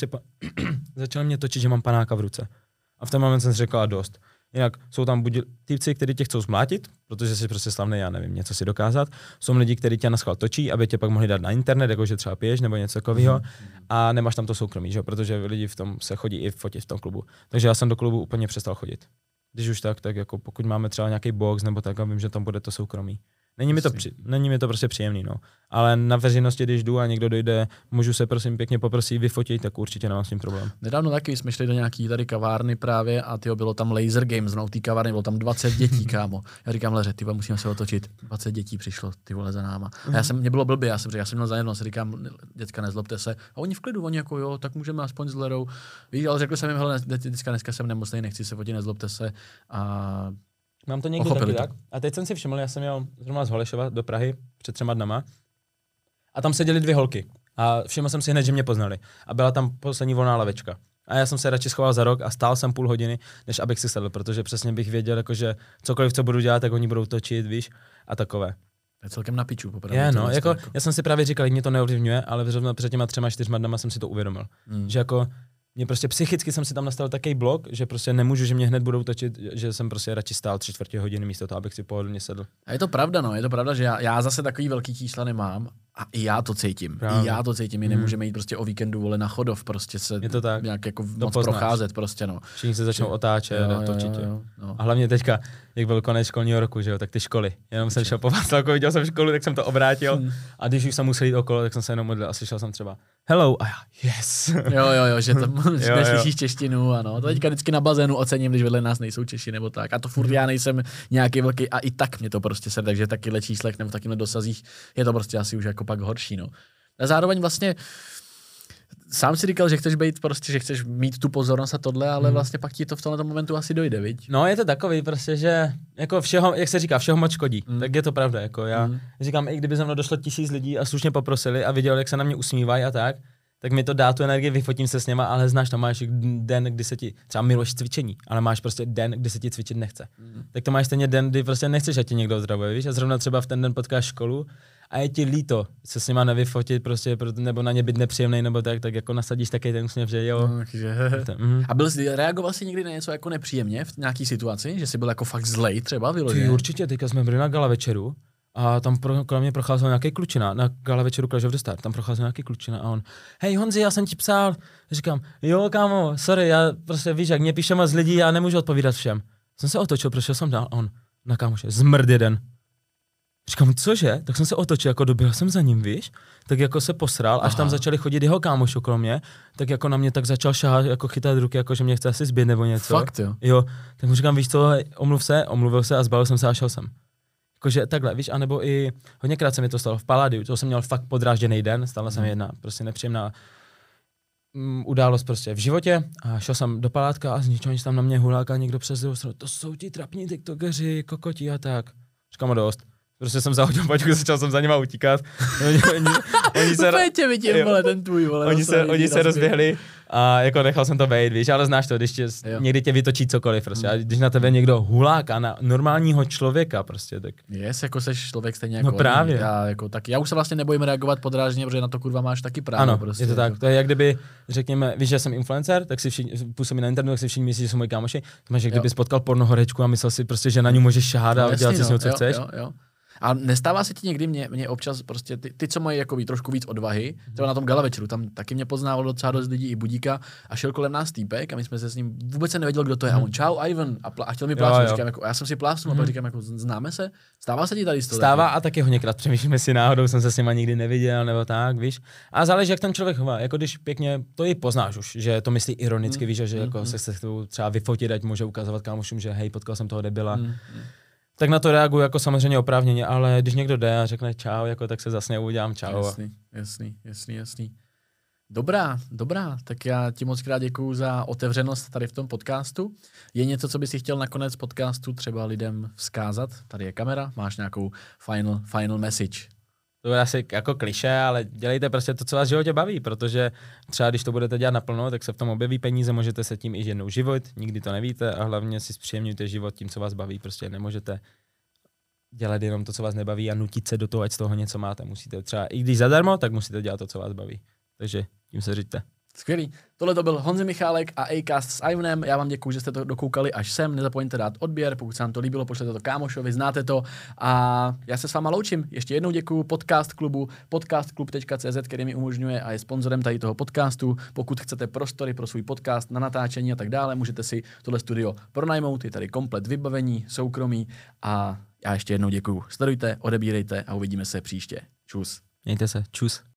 že mám panáka v ruce. A v ten moment jsem si řekl, a dost. Jinak jsou tam buď týpci, kteří tě chcou zmlátit, protože jsi prostě slavný, já nevím, něco si dokázat. Jsou lidi, kteří tě na schvál točí, aby tě pak mohli dát na internet, jakože třeba piješ nebo něco takového. A nemáš tam to soukromí, že? Protože lidi v tom se chodí i fotit v tom klubu. Takže já jsem do klubu úplně přestal chodit. Když už tak jako pokud máme třeba nějaký box nebo tak, a vím, že tam bude to soukromí. Není mi to prostě příjemný, no. Ale na veřejnosti, když jdu a někdo dojde, můžu se prosím pěkně poprosit vyfotit, tak určitě nemám s tím problém. Nedávno taky jsme šli do nějaký tady kavárny právě a bylo tam Laser Games, no, té kavárny bylo tam 20 dětí, kámo. Já říkám, leře, tyba, musíme se otočit. 20 dětí přišlo, ty vole, za náma. A mě bylo blbě, já jsem měl za jedno, říkám, děcka, nezlobte se. A oni v klidu, oni jako jo, tak můžeme aspoň s Lerou. Víš, ale řekl jsem jim, hele, dneska jsem nemocný, nechci se fotit, nezlobte se. A mám to někdy taky tak. A teď jsem si všiml, já jsem jel zrovna z Holešova do Prahy před 3 dnama a tam seděly 2 holky. A všiml jsem si hned, že mě poznali. A byla tam poslední volná lavečka. A já jsem se radši schoval za rok a stál jsem půl hodiny, než abych si sedl, protože přesně bych věděl, jakože cokoliv, co budu dělat, tak oni budou točit, víš, a takové. Je celkem na piču, popravdě. Jako, já jsem si právě říkal, mě to neovlivňuje, ale zrovna před těma 3-4 dnama jsem si to uvědomil. Že jako mě prostě psychicky jsem si tam nastavil takový blok, že prostě nemůžu, že mě hned budou točit, že jsem prostě radši stál 3/4 hodiny místo toho, abych si pohodlně sedl. A je to pravda, no, je to pravda, že já zase takový velký čísla nemám a i já to cítím. Právě. I já to cítím, my nemůžeme jít prostě o víkendu, vole, na Chodov, prostě se nějak jako moc procházet, prostě, no. Všichni se začnou otáčet, točit. Jo. A hlavně teďka, jak byl konec školního roku, že jo, tak ty školy. Jenom jsem šel po Václavku, viděl jsem školu, tak jsem to obrátil a když už jsem musel jít okolo, tak jsem se jenom modlil a slyšel jsem třeba hello a já, yes. Jo, že tam neslyšíš češtinu, ano. To teďka vždycky na bazénu ocením, když vedle nás nejsou Češi nebo tak. A to furt já nejsem nějaký velký a i tak mě to prostě se, takže takyhle číslech nebo takýmhle dosazích je to prostě asi už jako pak horší, no. A zároveň vlastně sám si říkal, že chceš být prostě, že chceš mít tu pozornost a tohle, ale vlastně pak ti to v tomhle momentu asi dojde, viď? No, je to takový prostě, že jako všeho, jak se říká, všeho moc škodí. Tak je to pravda, jako já říkám, i kdyby za mnou došlo 1000 lidí a slušně poprosili a viděl, jak se na mě usmívají a tak mi to dá tu energii, vyfotím se s něma, ale znáš, tam máš den, kdy se ti, třeba miluješ cvičení, ale máš prostě den, kdy se ti cvičit nechce. Tak to máš stejně den, kdy prostě nechceš, ať tě někdo ozdravuje, víš? A zrovna třeba v ten den potkáš školu a je ti líto se s nima nevyfotit prostě, nebo na ně být nepříjemný, nebo tak jako nasadíš taky ten úsměv, že jo. A reagoval jsi někdy na něco jako nepříjemně v nějaký situaci, že jsi byl jako fakt zlej třeba vyloženě? Ty určitě, teďka jsme byli na gala večeru. A tam kolem mě procházel nějaký klučina, na gala večeru Clash of the Stars, tam procházel nějaký klučina a on, hej Honzi, já jsem ti psal. Říkám, jo kámo, sorry, já prostě víš, jak mě píše moc lidí, já nemůžu odpovídat všem. Jsem se otočil, prošel jsem dál a on, na kámoše, zmrd jeden. Říkám, cože? Tak jsem se otočil, jako doběhl jsem za ním, víš? Tak jako se posral, až tam začali chodit jeho kámoši okolo mě, tak jako na mě tak začal šahat, jako chytat ruky, jako že mě chce asi zbít nebo něco. Fakt jo? Jo, tak mu říkám, víš co, omluvil se a zbalil jsem se a šel jsem. Jakože takhle, víš, anebo i hodněkrát se mi to stalo v Palladiu, to jsem měl fakt podrážděný den, stala se mi jedna prostě nepříjemná událost prostě v životě a šel jsem do palátka a z ničeho nic tam na mě huláka někdo přes druhou stranu, to jsou ti trapní tiktokeři, kokoti a tak. Říkám dost. Prostě jsem zahodil pačku, začal jsem za nima utíkat. Oni se rozběhli a jako nechal jsem to vejít, víš, ale znáš to, když někdy tě vytočí cokoliv prostě, a když na tebe někdo huláka na normálního člověka prostě, tak. Jako seš člověk stejně jako. No právě. Já už se vlastně nebojím reagovat podrážděně, protože na to kurva máš taky právo. Ano, prostě, je to tak, to je jak kdyby, řekněme, víš, že jsem influencer, tak si všichni, působí na internetu, tak si všichni myslí, že jsou moji kámoši, to máš, jak kdyby spotkal pornohorečku a myslel si prostě, že na ní můžeš šáhat a dělat si s ní, co chceš. A nestává se ti někdy mě občas prostě ty co mají jako trošku víc odvahy, třeba na tom gala večeru, tam taky mě poznávalo docela dost lidí i Budíka a šel kolem nás týpek a my jsme se s ním vůbec se nevěděl, kdo to je. A on čau Ivan a chtěl mi plácnout, říkám jako, já jsem si plásnul a pak říkám jako známe se? Stává se ti tady to? Stává taky? A taky hodněkrát přemýšlíme si náhodou, jsem se s nima nikdy neviděl nebo tak, víš. A záleží, jak ten člověk chová, jako když pěkně to i poznáš už, že to myslí ironicky, víš, že jako se chce třeba vyfotit, ať může ukazovat kámošům, že hej, potkal jsem toho debila. tak na to reaguju jako samozřejmě oprávněně, ale když někdo jde a řekne čau, jako, tak se zase udělám čau. Jasný. Dobrá, tak já ti moc krát děkuju za otevřenost tady v tom podcastu. Je něco, co bys si chtěl nakonec podcastu třeba lidem vzkázat? Tady je kamera, máš nějakou final message. To je asi jako klišé, ale dělejte prostě to, co vás v životě baví, protože třeba když to budete dělat naplno, tak se v tom objeví peníze, můžete se tím i jednou živit, nikdy to nevíte a hlavně si zpříjemňujte život tím, co vás baví. Prostě nemůžete dělat jenom to, co vás nebaví a nutit se do toho, ať z toho něco máte. Musíte třeba, i když zadarmo, tak musíte dělat to, co vás baví. Takže tím se řiďte. Skvělý. Tohle to byl Honzi Michálek a Acast s Ivanem. Já vám děkuji, že jste to dokoukali až sem. Nezapomeňte dát odběr, pokud se vám to líbilo, pošlete to kámošovi, znáte to. A já se s váma loučím. Ještě jednou děkuji Podcast klubu, podcastklub.cz, který mi umožňuje a je sponzorem tady toho podcastu. Pokud chcete prostory pro svůj podcast na natáčení a tak dále, můžete si tohle studio pronajmout. Je tady komplet vybavení, soukromí a já ještě jednou děkuji. Sledujte, odebírejte a uvidíme se příště. Čus. Mějte se. Čus.